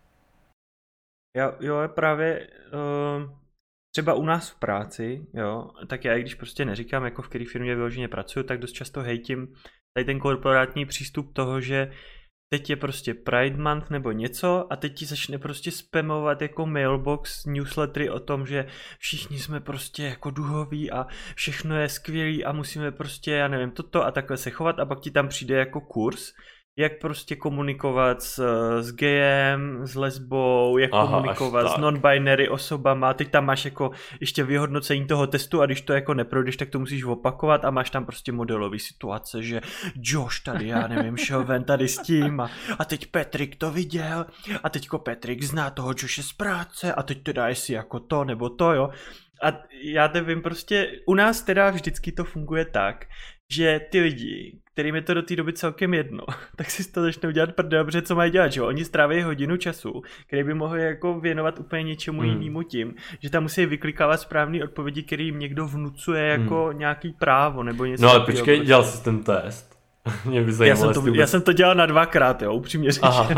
Já, jo, právě uh, třeba u nás v práci, jo, tak já i když prostě neříkám, jako v které firmě vyloženě pracuju, tak dost často hejtím tady ten korporátní přístup toho, že teď je prostě Pride Month nebo něco a teď ti začne prostě spamovat jako mailbox newslettery o tom, že všichni jsme prostě jako duhoví a všechno je skvělý a musíme prostě, já nevím, toto a takhle se chovat a pak ti tam přijde jako kurz, jak prostě komunikovat s, s gayem, s lesbou, jak Aha, komunikovat s non-binary osobama. Teď tam máš jako ještě vyhodnocení toho testu a když to jako neprojdeš, tak to musíš opakovat a máš tam prostě modelový situace, že Josh tady, já nevím, šel ven tady s tím a, a teď Patrick to viděl a teďko Patrick zná toho Joshe z práce a teď teda jestli jako to nebo to, jo. A já nevím, prostě u nás teda vždycky to funguje tak, že ty lidi, kterým je to do té doby celkem jedno, tak si to začnou dělat prdel, protože co mají dělat, že jo? Oni stráví hodinu času, který by mohli jako věnovat úplně něčemu hmm. jinému tím, že tam musí vyklikávat správné odpovědi, který jim někdo vnucuje jako hmm. nějaký právo nebo něco. No ale počkej, prostě. Dělal jsi ten test. Mě by zajímalo, já, jsem to, já jsem to dělal na dvakrát, jo, upřímně řečeno.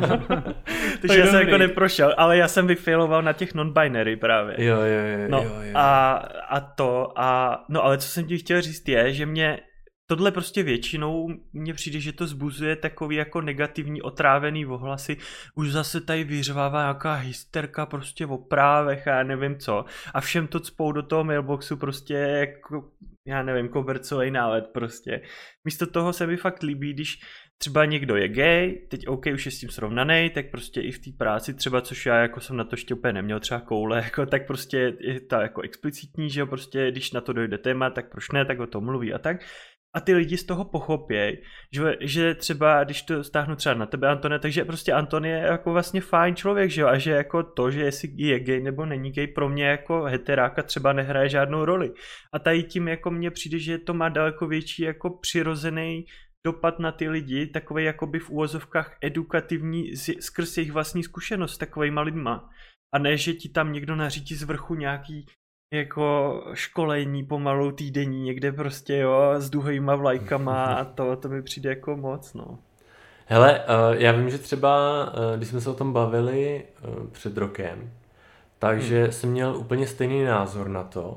Takže já jsem jako neprošel, ale já jsem vyfailoval na těch non-binary právě. Jo, jo, jo. No jo, jo. A, a to, a no ale co jsem ti chtěl říct je, že mě tohle prostě většinou mně přijde, že to zbuzuje takový jako negativní otrávený ohlasy. Už zase tady vyřvává nějaká hysterka prostě o právech a já nevím co. A všem to cpou do toho mailboxu prostě jako, já nevím, kobercovej nálet prostě. Místo toho se mi fakt líbí, když třeba někdo je gay, teď OK, už je s tím srovnaný, tak prostě i v té práci třeba, což já jako jsem na to ještě úplně neměl třeba koule, jako, tak prostě je to jako explicitní, že jo, prostě když na to dojde téma, tak proč ne, tak o tom mluví a tak. A ty lidi z toho pochopějí, že, že třeba, když to stáhnu třeba na tebe, Antone, takže prostě Anton je jako vlastně fajn člověk, že jo, a že jako to, že jestli je gay nebo není gay, pro mě jako heteráka třeba nehraje žádnou roli. A tady tím jako mně přijde, že to má daleko větší jako přirozený dopad na ty lidi, takovej jakoby v úvozovkách edukativní skrz jejich vlastní zkušenost s takovejma lidma. A ne, že ti tam někdo nařídí z vrchu nějaký jako školení pomalu týdenní někde prostě, jo, s duhojima vlajkama a to, to mi přijde jako moc, no. Hele, uh, já vím, že třeba, uh, když jsme se o tom bavili uh, před rokem, takže hmm. jsem měl úplně stejný názor na to,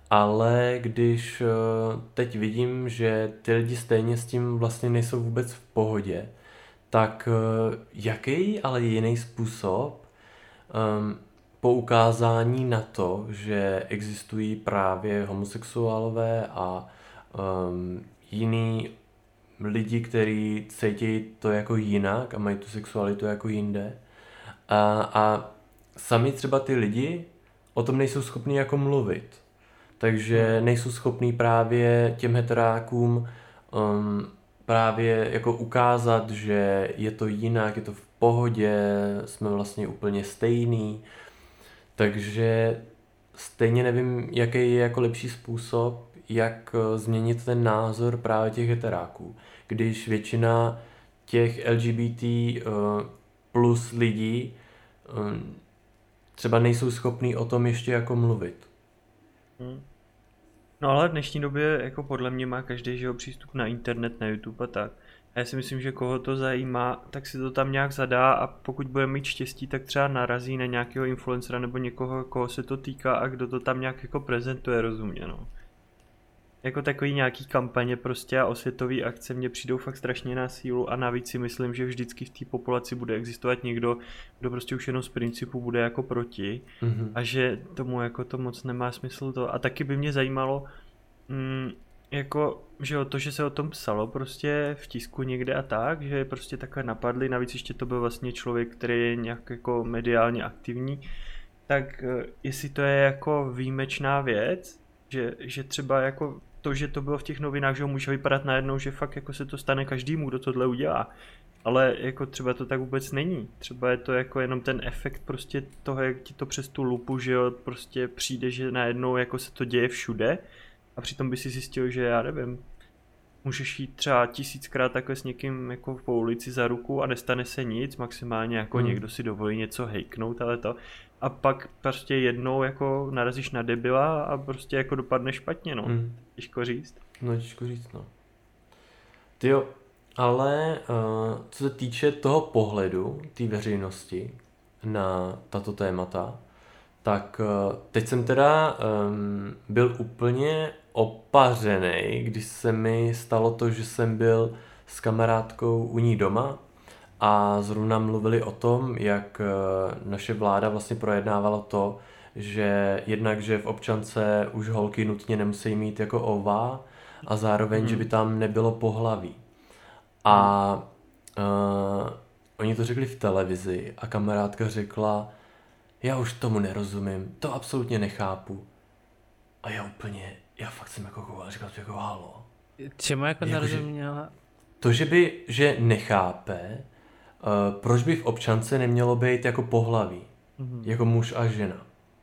ale když uh, teď vidím, že ty lidi stejně s tím vlastně nejsou vůbec v pohodě, tak uh, jaký ale jiný způsob um, poukázání na to, že existují právě homosexuálové a um, jiný lidi, kteří cítí to jako jinak a mají tu sexualitu jako jinde. A, a sami třeba ty lidi o tom nejsou schopní jako mluvit. Takže nejsou schopní právě těm heterákům um, právě jako ukázat, že je to jinak, je to v pohodě, jsme vlastně úplně stejný. Takže stejně nevím, jaký je jako lepší způsob, jak změnit ten názor právě těch heteráků. Když většina těch L G B T plus lidí třeba nejsou schopní o tom ještě jako mluvit. Hmm. No ale v dnešní době jako podle mě má každý, že jo, přístup na internet, na YouTube a tak. A já si myslím, že koho to zajímá, tak si to tam nějak zadá a pokud bude mít štěstí, tak třeba narazí na nějakého influencera nebo někoho, koho se to týká a kdo to tam nějak jako prezentuje rozumně, no. jako takový nějaký kampaně prostě a osvětový akce mě přijdou fakt strašně na sílu a navíc si myslím, že vždycky v té populaci bude existovat někdo, kdo prostě už jenom z principu bude jako proti Mm-hmm. a že tomu jako to moc nemá smysl to a taky by mě zajímalo, mm, jako, že jo, to, že se o tom psalo prostě v tisku někde a tak, že je prostě takhle napadli, navíc ještě to byl vlastně člověk, který je nějak jako mediálně aktivní, tak eh, jestli to je jako výjimečná věc, že, že třeba jako to, že to bylo v těch novinách, že ho může vypadat najednou, že fakt jako se to stane každému, kdo tohle udělá. Ale jako třeba to tak vůbec není. Třeba je to jako jenom ten efekt prostě toho, jak ti to přes tu lupu, že jo, prostě přijde, že najednou jako se to děje všude a přitom by si zjistil, že já nevím, můžeš jít třeba tisíckrát takhle s někým jako po ulici za ruku a nestane se nic, maximálně jako Hmm. někdo si dovolí něco hejknout, ale to. A pak prostě jednou jako narazíš na debila a prostě jako dopadne špatně, no. Mm. Těžko říct. No, těžko říct, no. Tyjo, ale uh, co se týče toho pohledu té veřejnosti na tato témata, tak uh, teď jsem teda um, byl úplně opařenej, když se mi stalo to, že jsem byl s kamarádkou u ní doma a zrovna mluvili o tom, jak uh, naše vláda vlastně projednávala to, že jednak, že v občance už holky nutně nemusí mít jako ova a zároveň, Mhm. že by tam nebylo pohlaví. A uh, oni to řekli v televizi a kamarádka řekla, já už tomu nerozumím, to absolutně nechápu. A já úplně, já fakt jsem jako koukal, říkal to jako halo. Čemu jako Jakože- nerozuměla? To, že by, že nechápe, uh, proč by v občance nemělo být jako pohlaví, Mhm. jako muž a žena.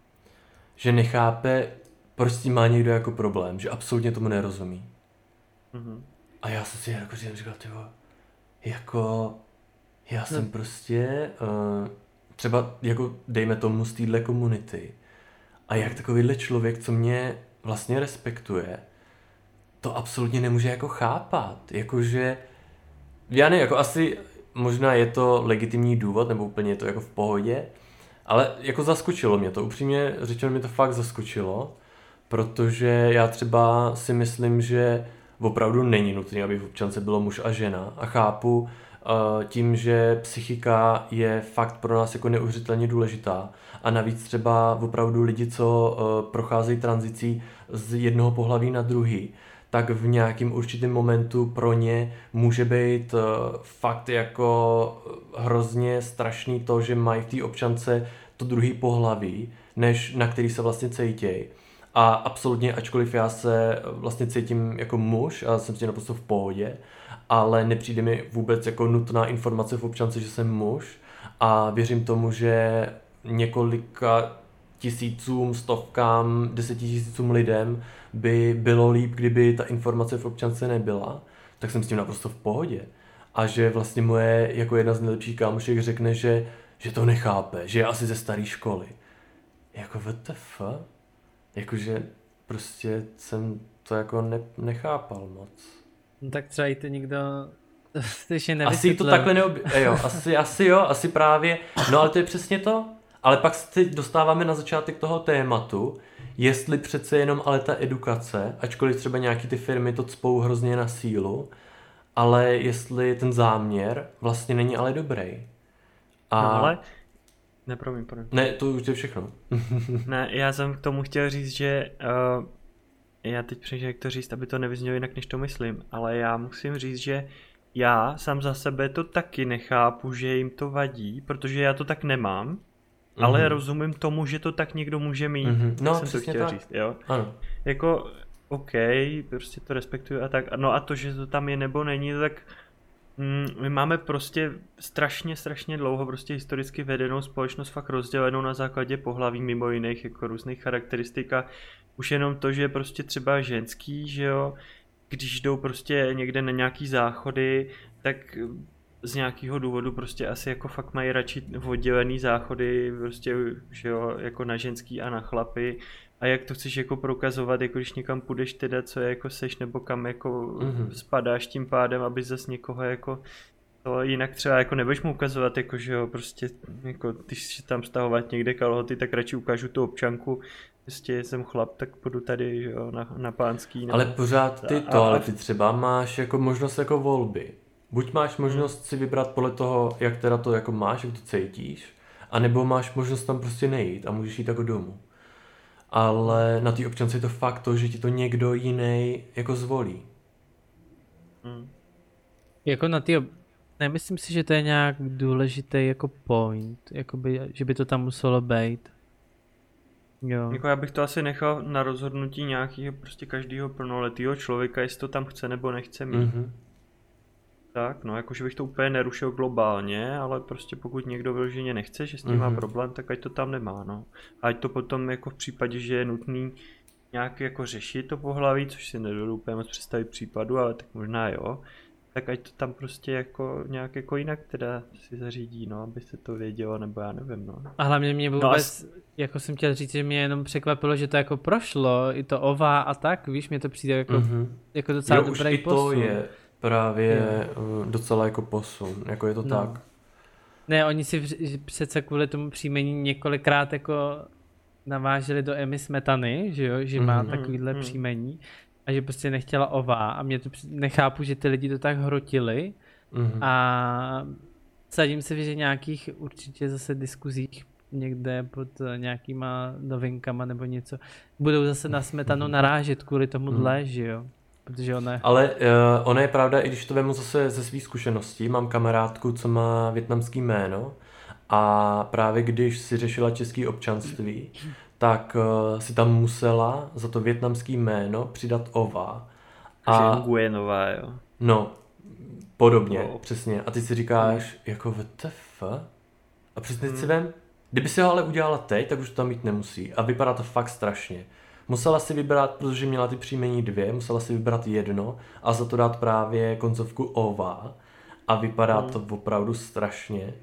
Že nechápe, proč s tím má někdo jako problém, že absolutně tomu nerozumí. Mhm. A já jsem si jako říkal, tyvo, jako, já jsem prostě, uh, třeba jako dejme tomu z téhle komunity a jak takovýhle člověk, co mě vlastně respektuje, to absolutně nemůže jako chápat, jakože, já nevím, jako asi možná je to legitimní důvod, nebo úplně je to jako v pohodě, ale jako zaskočilo mě to, upřímně řečeno mě to fakt zaskočilo, protože já třeba si myslím, že opravdu není nutné, aby v občance bylo muž a žena a chápu uh, tím, že psychika je fakt pro nás jako neuvěřitelně důležitá a navíc třeba opravdu lidi, co uh, procházejí tranzicí z jednoho pohlaví na druhý, tak v nějakým určitém momentu pro ně může být uh, fakt jako hrozně strašný to, že mají v té občance to druhý pohlaví, než na který se vlastně cítějí. A absolutně, ačkoliv já se vlastně cítím jako muž a jsem si naprosto v pohodě, ale nepřijde mi vůbec jako nutná informace v občance, že jsem muž a věřím tomu, že několika tisícům, stovkám, desetitisícům lidem by bylo líp, kdyby ta informace v občance nebyla, tak jsem s tím naprosto v pohodě. A že vlastně moje jako jedna z nejlepších kámošek řekne, že, že to nechápe, že je asi ze staré školy. Jako W T F? Jakože prostě jsem to jako ne, nechápal moc. No tak třeba i to nikdo ještě Asi to nevysvětlil. takhle neobj... Jo, asi, asi jo, asi právě. No ale to je přesně to. Ale pak se teď dostáváme na začátek toho tématu, jestli přece jenom ale ta edukace, ačkoliv třeba nějaký ty firmy to cpou hrozně na sílu, ale jestli ten záměr vlastně není ale dobrý. A... No ale, ne, promiň, promiň. Ne, to už je všechno. Ne, já jsem k tomu chtěl říct, že uh, já teď přemýšlím, jak to říct, aby to nevyznělo jinak, než to myslím, ale já musím říct, že já sám za sebe to taky nechápu, že jim to vadí, protože já to tak nemám, mm-hmm. ale rozumím tomu, že to tak někdo může mít. Mm-hmm. No, jsem to přesně chtěl tak. říct, jo. Ano. Jako, OK, prostě to respektuju a tak, no a to, že to tam je nebo není, tak mm, my máme prostě strašně, strašně dlouho prostě historicky vedenou společnost fakt rozdělenou na základě pohlaví mimo jiných jako různých charakteristik a už jenom to, že prostě třeba ženský, že jo, když jdou prostě někde na nějaký záchody, tak z nějakého důvodu prostě asi jako fakt mají radši oddělený záchody prostě, že jo, jako na ženský a na chlapy. A jak to chceš jako prokazovat, jako když někam půjdeš teda, co je jako seš, nebo kam jako mm-hmm. spadáš tím pádem, aby zas někoho jako to jinak třeba jako nebudeš mu ukazovat, jako že jo, prostě jako když si tam stahovat někde kalhoty, tak radši ukážu tu občanku, Prostě jsem chlap, tak půjdu tady, jo, na, na pánský. Nebo... Ale pořád ty to, a, ale ty třeba máš jako možnost jako volby. Buď máš možnost hmm. si vybrat podle toho, jak teda to jako máš, jak to cítíš, anebo máš možnost tam prostě nejít a můžeš jít jako domů. Ale na té občance je to fakt to, že ti to někdo jiný jako zvolí. Hmm. Jako na ty ob... Nemyslím si, že to je nějak důležitý jako point, jakoby, že by to tam muselo být. Jo. Jako já bych to asi nechal na rozhodnutí nějakého prostě každého plnoletého člověka, jestli to tam chce nebo nechce mít. Mm-hmm. Tak, no jakože bych to úplně nerušil globálně, ale prostě pokud někdo vyloženě nechce, že s tím mm-hmm. má problém, tak ať to tam nemá, no. A ať to potom jako v případě, že je nutný nějak jako řešit to pohlaví, což si nedovedu úplně moc představit případu, ale tak možná jo, tak ať to tam prostě jako nějak jako jinak teda si zařídí, no, aby se to vědělo, nebo já nevím, no. A hlavně mě vůbec, no a... jako jsem chtěl říct, že mě jenom překvapilo, že to jako prošlo, i to ová a tak, víš, mě to přijde jako, mm-hmm. jako docela jo, dobrý už posun. I to je právě jo. docela jako posun, jako je to no. tak. Ne, oni si přece kvůli tomu příjmení několikrát jako naváželi do Emmy Smetany, že jo, že má mm-hmm. takovýhle mm-hmm. příjmení. A že prostě nechtěla ová a mě to nechápu, že ty lidi to tak hrotili mm-hmm. a sadím se, že nějakých určitě zase diskuzích někde pod nějakýma novinkama nebo něco budou zase na Smetanu narážet kvůli tomuhle, mm-hmm. že jo, protože ona... Ale uh, ona je pravda, i když to vemu zase ze svých zkušeností, mám kamarádku, co má vietnamský jméno a právě když si řešila české občanství, tak uh, si tam musela za to vietnamský jméno přidat ova. A Nguyenová, jo. No, podobně, oh. přesně. A ty si říkáš, mm. jako W T F? A přesně mm. si vem, kdyby si ho ale udělala teď, tak už to tam mít nemusí. A vypadá to fakt strašně. Musela si vybrat, protože měla ty příjmení dvě, musela si vybrat jedno a za to dát právě koncovku ova. A vypadá mm. to opravdu strašně.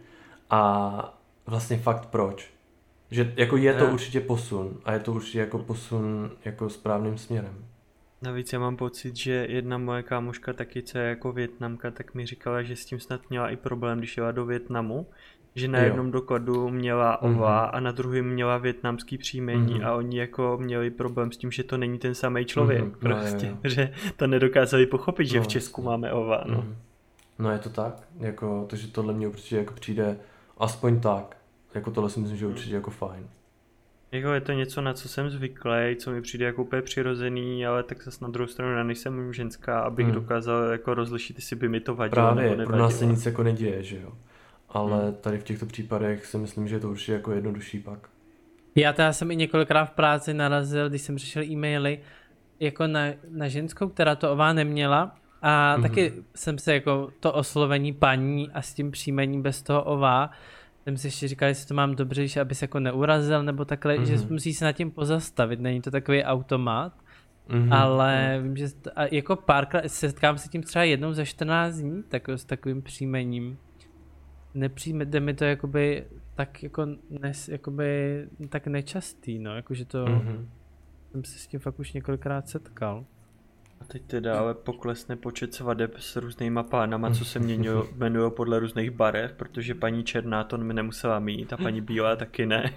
A vlastně fakt proč? Že jako je to určitě posun a je to určitě jako posun jako správným směrem. Navíc já mám pocit, že jedna moje kámoška taky, co je jako Vietnamka, tak mi říkala, že s tím snad měla i problém, když jela do Vietnamu, že na jednom jo. dokladu měla ova mm-hmm. a na druhém měla vietnamský příjmení mm-hmm. a oni jako měli problém s tím, že to není ten samý člověk mm-hmm. prostě, no, že to nedokázali pochopit, že no, v Česku jasně. máme ova, no. Mm-hmm. No je to tak, jako, takže tohle mě určitě jako přijde aspoň tak. Jako tohle si myslím, že je určitě jako fajn. Jako je to něco, na co jsem zvyklý, co mi přijde jako úplně přirozený, ale tak zase na druhou stranu já nejsem ženská, abych hmm. dokázal jako rozlišit, jestli by mi to vadilo. Právě, nebo nevadilo. Pro nás se nic jako neděje, že jo. Ale hmm. tady v těchto případech si myslím, že je to určitě jako jednodušší pak. Já teda jsem i několikrát v práci narazil, když jsem řešil e-maily, jako na, na ženskou, která to ová neměla. A mm-hmm. taky jsem se jako to oslovení paní a s tím příjmením bez toho ová, jsem si ještě říkal, jestli to mám dobře, že aby se jako neurazil, nebo takhle, mm-hmm. že musí se nad tím pozastavit, není to takový automat, mm-hmm. ale vím, že a jako párkrát, setkám se tím třeba jednou za čtrnáct dní, tak, s takovým příjmením. Nepřijde mi to jakoby tak jako nes, jakoby tak nečastý, no, jakože to, mm-hmm. jsem se s tím fakt už několikrát setkal. A teď teda ale poklesne počet svadeb s různýma pánama, co se jmenují podle různých barev, protože paní černá to mi nemusela mít a paní bílá taky ne.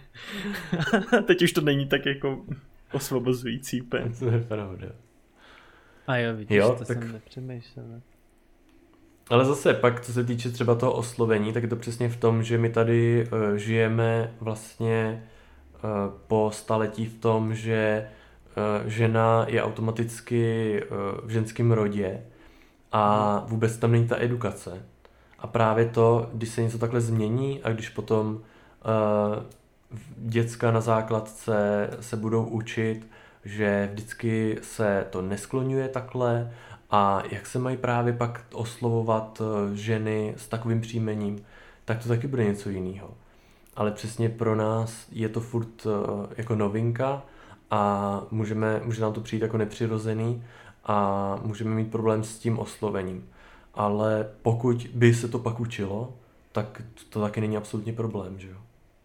Teď už to není tak jako osvobozující úplně. To je pravda. A jo, vidíš, jo, to tak... jsem nepřemýšlel. Ale zase pak, co se týče třeba toho oslovení, tak je to přesně v tom, že my tady uh, žijeme vlastně uh, po staletí v tom, že žena je automaticky v ženském rodě a vůbec tam není ta edukace. A právě to, když se něco takhle změní a když potom uh, děcka na základce se budou učit, že vždycky se to neskloňuje takhle a jak se mají právě pak oslovovat ženy s takovým příjmením, tak to taky bude něco jiného. Ale přesně pro nás je to furt uh, jako novinka, a můžeme, může nám to přijít jako nepřirozený a můžeme mít problém s tím oslovením. Ale pokud by se to pak učilo, tak to taky není absolutně problém, že jo?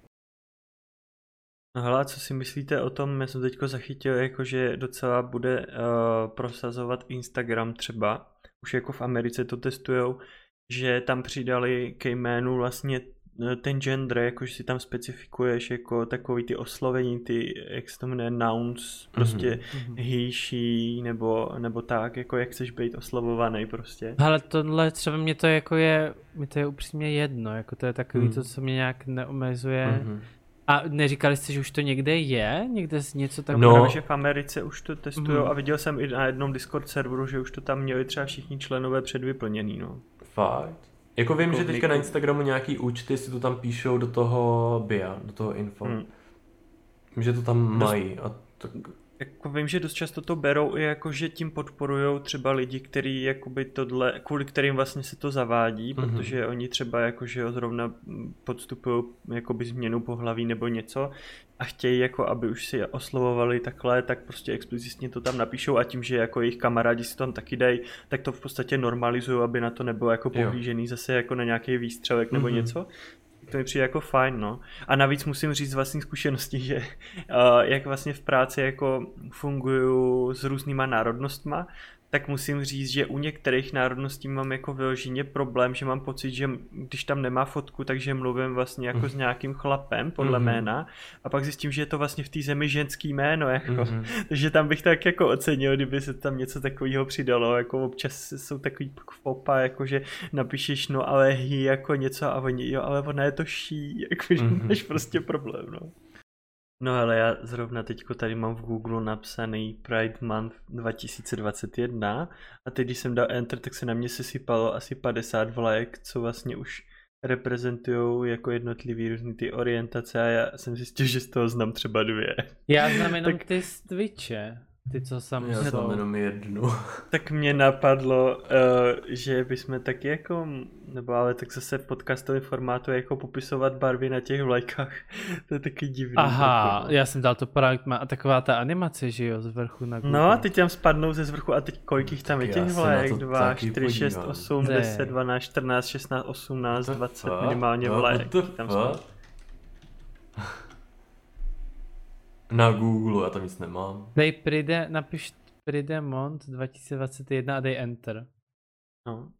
No hele, co si myslíte o tom, já jsem teďko zachytil, jako že docela bude uh, prosazovat Instagram třeba, už jako v Americe to testujou, že tam přidali ke jménu vlastně ten gender, jakože si tam specifikuješ jako takový ty oslovení, ty, jak se to jmenuje, nouns, prostě mm-hmm. he, she, nebo, nebo tak, jako jak chceš být oslovovaný prostě. Ale tohle třeba mě to jako je, mi to je upřímně jedno, jako to je takový mm. to, co mě nějak neomezuje. Mm-hmm. A neříkali jste, že už to někde je? Někde něco takového? No, že v Americe už to testujou mm. a viděl jsem i na jednom Discord serveru, že už to tam měli třeba všichni členové předvyplněný, no. Fakt? Jako vím, jako že teďka na Instagramu nějaký účty si to tam píšou do toho bia, do toho info. Hmm. Vím, že to tam mají. A tak... Jako vím, že dost často to berou i jako, že tím podporujou třeba lidi, který jakoby tohle, kvůli kterým vlastně se to zavádí, mm-hmm. protože oni třeba jakože zrovna podstupují jakoby změnu pohlaví nebo něco a chtějí jako, aby už si oslovovali takhle, tak prostě explicitně to tam napíšou a tím, že jako jejich kamarádi si to tam taky dají, tak to v podstatě normalizují, aby na to nebylo jako pohlížený zase jako na nějaký výstřelek nebo mm-hmm. něco. To mi přijde jako fajn, no. A navíc musím říct z vlastní zkušenosti, že uh, jak vlastně v práci jako funguju s různýma národnostma, tak musím říct, že u některých národností mám jako vyloženě problém, že mám pocit, že když tam nemá fotku, takže mluvím vlastně jako mm. s nějakým chlapem podle mm-hmm. jména a pak zjistím, že je to vlastně v té zemi ženský jméno, jako. Mm-hmm. Takže tam bych tak jako ocenil, kdyby se tam něco takového přidalo, jako občas jsou takový fopa, jako že napíšeš no ale hi jako něco a oni jo, ale ona je to ší, jako mm-hmm. máš prostě problém, no. No ale já zrovna teďko tady mám v Google napsaný Pride Month dva tisíce dvacet jedna a teď když jsem dal Enter, tak se na mě sesypalo asi padesát vlajek, co vlastně už reprezentujou jako jednotlivý různý ty orientace a já jsem zjistil, že z toho znám třeba dvě. Já znám jenom tak... ty z Twitche. Ty, co sam Já jsou. znám jenom jednu. Tak mě napadlo, uh, že bychom taky jako, nebo ale tak zase v podcastovém formátu jako popisovat barvy na těch vlajkách. To je taky divný. Aha, trochu. Já jsem dal to Pride a taková ta animace, že jo, z vrchu na Google. No a teď tam spadnou ze zvrchu a teď kolik jich tam je těch vlajek? dva, čtyři, šest, osm, deset, dvanáct, čtrnáct, šestnáct, osmnáct, dvacet minimálně vlajek. Tam na Google, já tam nic nemám. Dej Pride, napiš Pride Month dva tisíce dvacet jedna a dej Enter. No.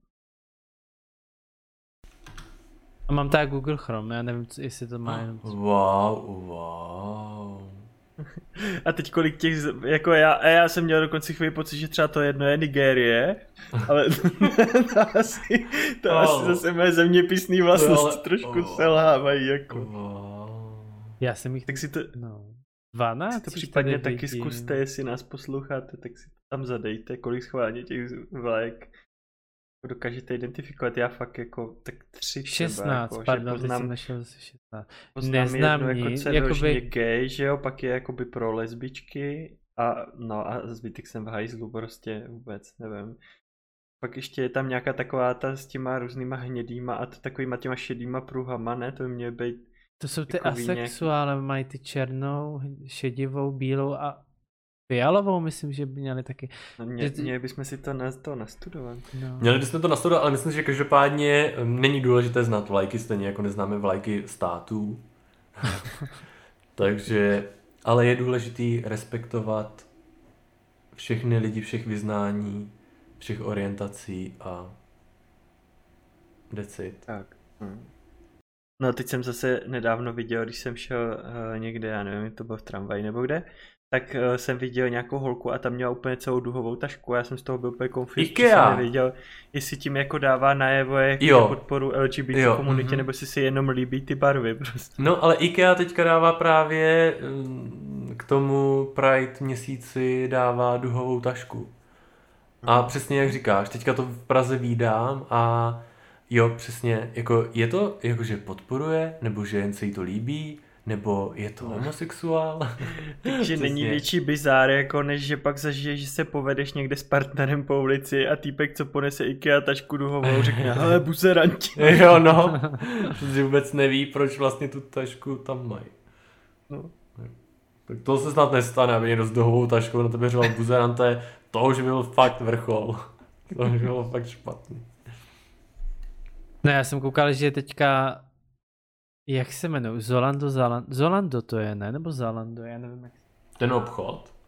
A mám tady Google Chrome, já nevím, jestli to má jenom... Wow, wow. A teď kolik těch, jako já, já jsem měl dokonce chvíli pocit, že třeba to jedno je Nigérie, ale to asi, to oh. asi zase moje zeměpisný vlastnosti ale... trošku oh. selhávají, jako. Wow. Já jsem jich... Tak si to... No. dvanáct, si to případně taky zkuste, jestli nás posloucháte, tak si to tam zadejte, kolik schválně těch vlajek dokážete identifikovat. Já fakt jako tak tři šestnáct, jako, pardon, poznám, teď jsem našel zase šestnáct. Poznám Neznám jednu, nic, jako jakoby... gay, že jo, pak je jakoby pro lesbičky a no a zbytek jsem v hajzlu prostě vůbec, nevím. Pak ještě je tam nějaká taková ta s těma různýma hnědýma a takovýma těma šedýma pruhama, ne, to by měly být. To jsou ty asexuále, nějaký... mají ty černou, šedivou, bílou a fialovou, myslím, že by měli taky. No, mě, že... Měli bychom si to, na, to nastudovat. No. Měli bychom to nastudovat, ale myslím, že každopádně není důležité znát vlajky, stejně jako neznáme vlajky států. Takže, ale je důležitý respektovat všechny lidi, všech vyznání, všech orientací a decid. Tak. Hm. No teď jsem zase nedávno viděl, když jsem šel uh, někde, já nevím, to bylo v tramvaji nebo kde, tak uh, jsem viděl nějakou holku a tam měla úplně celou duhovou tašku a já jsem z toho byl úplně konflikt, že jsem nevěděl, jestli tím jako dává najevo jako podporu L G B T jo, komunitě, mm-hmm. nebo jestli si jenom líbí ty barvy prostě. No ale IKEA teďka dává právě k tomu Pride měsíci dává duhovou tašku. A přesně jak říkáš, teďka to v Praze vídám a jo, přesně, jako je to, jakože podporuje, nebo že jen se jí to líbí, nebo je to homosexuál. Takže není větší bizár, jako než že pak zažiješ, že se povedeš někde s partnerem po ulici a týpek, co ponese IKEA tašku duhovou, řekne, hele, buzeranti. Jo, no, že vůbec neví, proč vlastně tu tašku tam mají. No. Tak to se snad nestane, aby někdo s duhovou taškou na tebe řval buzerante, to už byl fakt vrchol. To už bylo fakt špatný. No já jsem koukal, že teďka, jak se jmenuje, Zolando, Zalando, Zolando to je, ne? Nebo Zalando, já nevím jak. Ten obchod?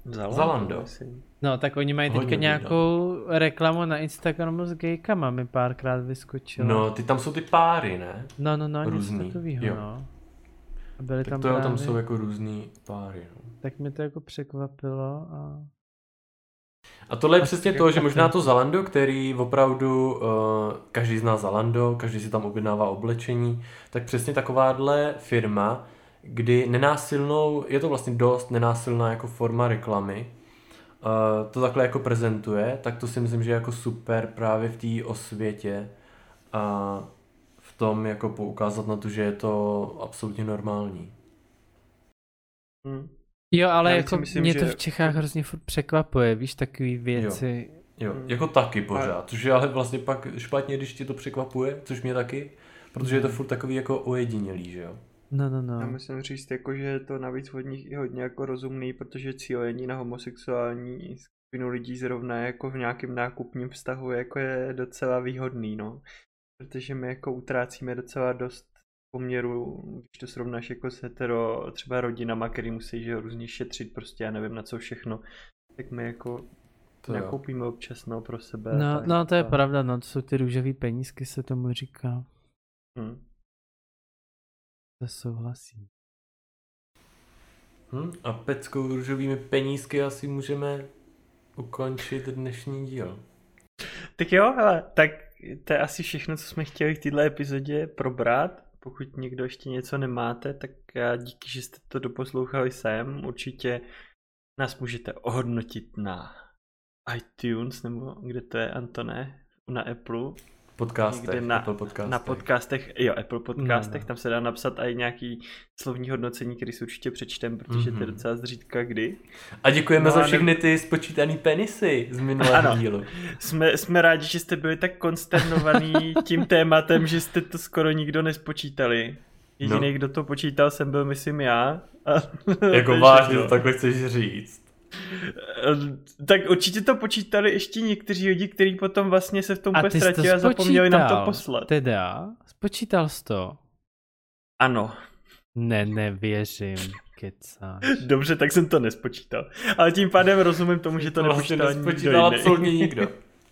Zalando. Zalando. No, tak oni mají Hodně teďka nějakou reklamu na Instagramu s gejkama, mi párkrát vyskočilo. No, ty tam jsou ty páry, ne? No, no, no, Různý, něco takovýho, jo. no. A byly Tak tam to jo, právě... tam jsou jako různý páry, no. Tak mi to jako překvapilo a... A tohle je A přesně tak to, jak že tak možná to- to Zalando, který opravdu, uh, každý zná Zalando, každý si tam objednává oblečení, tak přesně takováhle firma, kdy nenásilnou, je to vlastně dost nenásilná jako forma reklamy, uh, to takhle jako prezentuje, tak to si myslím, že je jako super právě v té osvětě a v tom jako poukázat na to, že je to absolutně normální. Hmm. Jo, ale Já jako si myslím, mě že- to v Čechách hrozně furt překvapuje, víš, takový věci. Jo, Hmm. jako taky pořád, což je ale vlastně pak špatně, když ti to překvapuje, což mě taky, protože je to furt takový jako ojedinělý, že jo. No, no, no. Já musím říct, jako, že je to navíc od nich i hodně jako rozumný, protože cílení na homosexuální skupinu lidí zrovna jako v nějakém nákupním vztahu jako je docela výhodný, no. Protože my jako utrácíme docela dost poměru, když to srovnáš jako s hetero třeba rodinama, který musí že jo, různě šetřit prostě, já nevím na co všechno, tak my jako To jo. nakoupíme občas no, pro sebe. No, tak, no, to je a- pravda, no, to jsou ty růžový penízky, se tomu říká. Hm. To souhlasím. Hm? A peckou růžovými penízky asi můžeme ukončit dnešní díl. Tak jo, hele, tak to je asi všechno, co jsme chtěli v této epizodě probrat. Pokud někdo ještě něco nemáte, tak já díky, že jste to doposlouchali sem. Určitě nás můžete ohodnotit na iTunes, nebo kde to je, Antone? Na Apple. Podcastech, Někde na, Apple podcastech. na podcastech, jo, Apple podcastech, No, no. tam se dá napsat i nějaký slovní hodnocení, který si určitě přečtem, protože to je Mhm. docela zřídka kdy. A děkujeme No za a ne- všechny ty spočítaný penisy z minulého Ano. dílu. Jsme, jsme rádi, že jste byli tak konsternovaní tím tématem, že jste to skoro nikdo nespočítali. Jediný, No. kdo to počítal, jsem byl, myslím, já. A Jako takže vážně to- to takhle chceš říct. Tak určitě to počítali ještě někteří lidi, kteří potom vlastně se v tom A úplně ty jsi to ztratili a zapomněli nám to spočítal, poslat. Teda? Spočítal jsi to? Ano. Ne, nevěřím, kecáš. Dobře, tak jsem to nespočítal. Ale tím pádem rozumím tomu, že to vlastně nepočítal nikdo nespočítal jiný. absolutně nikdo.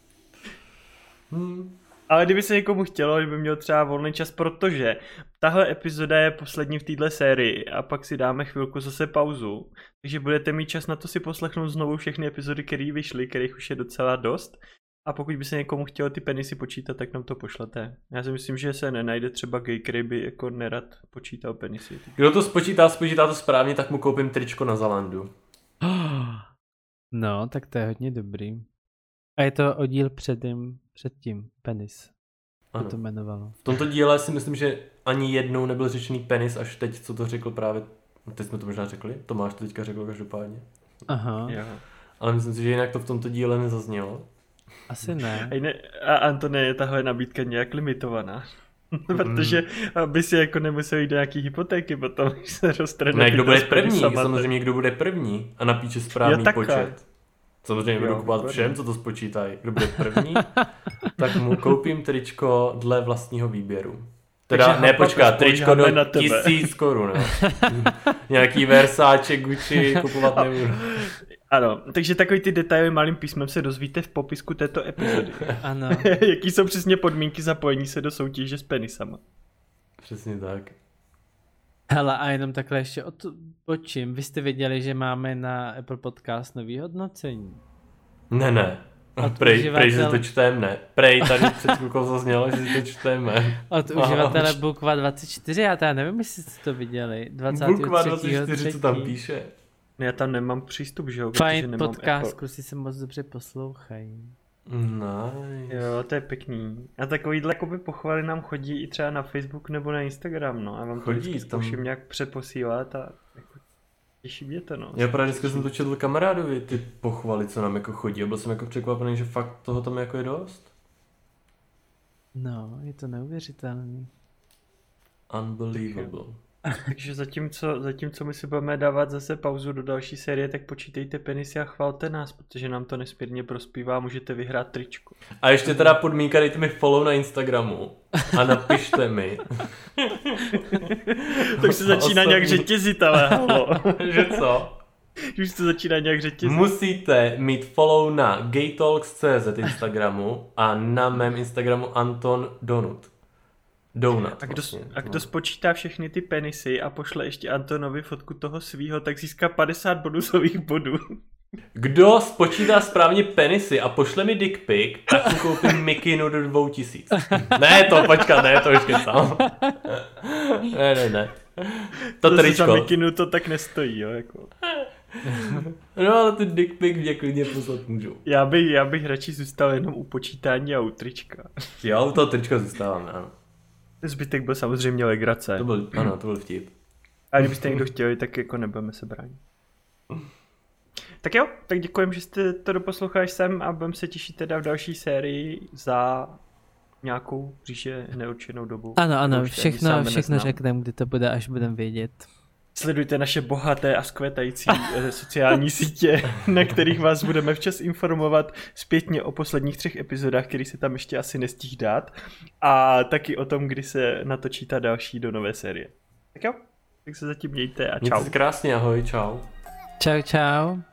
Hmm. Ale kdyby se někomu chtělo, kdyby měl třeba volný čas, protože tahle epizoda je poslední v této sérii a pak si dáme chvilku zase pauzu, takže budete mít čas na to si poslechnout znovu všechny epizody, které vyšly, kterých už je docela dost. A pokud by se někomu chtělo ty penisy počítat, tak nám to pošlete. Já si myslím, že se nenajde třeba gay, který by jako nerad počítal penisy. Kdo to spočítá, spočítá to správně, tak mu koupím tričko na Zalandu. No, tak to je hodně dobrý. A je to oddíl předtím, předtím, penis. Ano. To to jmenovalo. V tomto díle si myslím, že ani jednou nebyl řečený penis, až teď, co to řekl právě, teď jsme to možná řekli, Tomáš to teďka řekl každopádně. Aha, Jo. Ale myslím si, že jinak to v tomto díle nezaznělo. asi ne. A, ne, a Antone, je tahle nabídka nějak limitovaná? Protože aby si jako nemusel jít do nějaký hypotéky potom, když se roztrhne. Ne, kdo bude ty první, sama, samozřejmě kdo bude první a napíše správný Jo, takhle. počet. Samozřejmě budu Jo, kupovat výborně. všem, co to spočítají. Kdo bude první, tak mu koupím tričko dle vlastního výběru. Teda, Takže ne, Hapape počkat, tričko spoléháme do na tebe. tisíc korun, jo. Nějaký Versace, Gucci kupovat nebudu. Ano, takže takový ty detaily malým písmem se dozvíte v popisku této epizody. Ano. Jaký jsou přesně podmínky zapojení se do soutěže s penisama. Přesně tak. Hele, a jenom takhle ještě odpočím. Vy jste věděli, že máme na Apple Podcast nový hodnocení. Ne, ne. Od Prej, uživatel- prej, že to čtem, ne. Prej, tady před chvilkou zaznělo, že si to čteme. Od Aha, uživatele už. Bukva dvacet čtyři, já teda nevím, jestli jste to viděli. Bukva dvacet čtyři, dvacátého co tam třetího píše. Já tam nemám přístup, že jo? protože Fajn nemám podcast, Apple. kluci se moc dobře poslouchají. Nice. Jo, to je pěkný. A takovýhle jakoby pochvaly nám chodí i třeba na Facebook nebo na Instagram, no. A vám to Chodí, vždycky tam- zkouším nějak přeposílat a jako těší mě to, no. Já právě dneska jsem to četl kamarádovi, ty pochvaly, co nám jako chodí. A byl jsem jako překvapený, že fakt toho tam jako je dost. No, je to neuvěřitelný. Unbelievable. Takže zatímco, zatímco my si budeme dávat zase pauzu do další série, tak počítejte penisy a chvalte nás, protože nám to nesmírně prospívá a můžete vyhrát tričko. A ještě teda podmínka, dejte mi follow na Instagramu a napište mi. Tak se začíná Ostatní- nějak řetězit, ale halo. Že co? Už to začíná nějak řetězit. Musíte mít follow na gaytalks tečka cé zet Instagramu a na mém Instagramu Anton Donut. Donut. A kdo, vlastně. a kdo spočítá všechny ty penisy a pošle ještě Antonovi fotku toho svýho, tak získá padesát bonusových bodů. Kdo spočítá správně penisy a pošle mi dick pic, tak si koupím mikinu do dvou tisíc. Ne, to počkat, ne, to už kecám. Ne, ne, ne. To, to tričko. Za mikinu to tak nestojí, jo, jako. No, ale ty dick pic mě klidně poslat můžu. Já bych, já bych radši zůstal jenom u počítání a u trička. Jo, u toho trička zůstáváme, ano. Zbytek byl samozřejmě legrace. To byl, ano, to byl vtip. A kdybyste někdo chtěli, tak jako nebudeme se bránit. Tak jo, tak děkujem, že jste to doposlouchali sem a budeme se těšit teda v další sérii za nějakou říše neurčenou dobu. Ano, ano, všechno, všechno řekneme, kdy to bude, až budeme vědět. Sledujte naše bohaté a skvětající sociální sítě, na kterých vás budeme včas informovat zpětně o posledních třech epizodách, který se tam ještě asi nestihl dát, a taky o tom, kdy se natočí ta další do nové série. Tak jo, tak se zatím mějte a čau. Mějte se krásně, ahoj, čau. Čau, čau.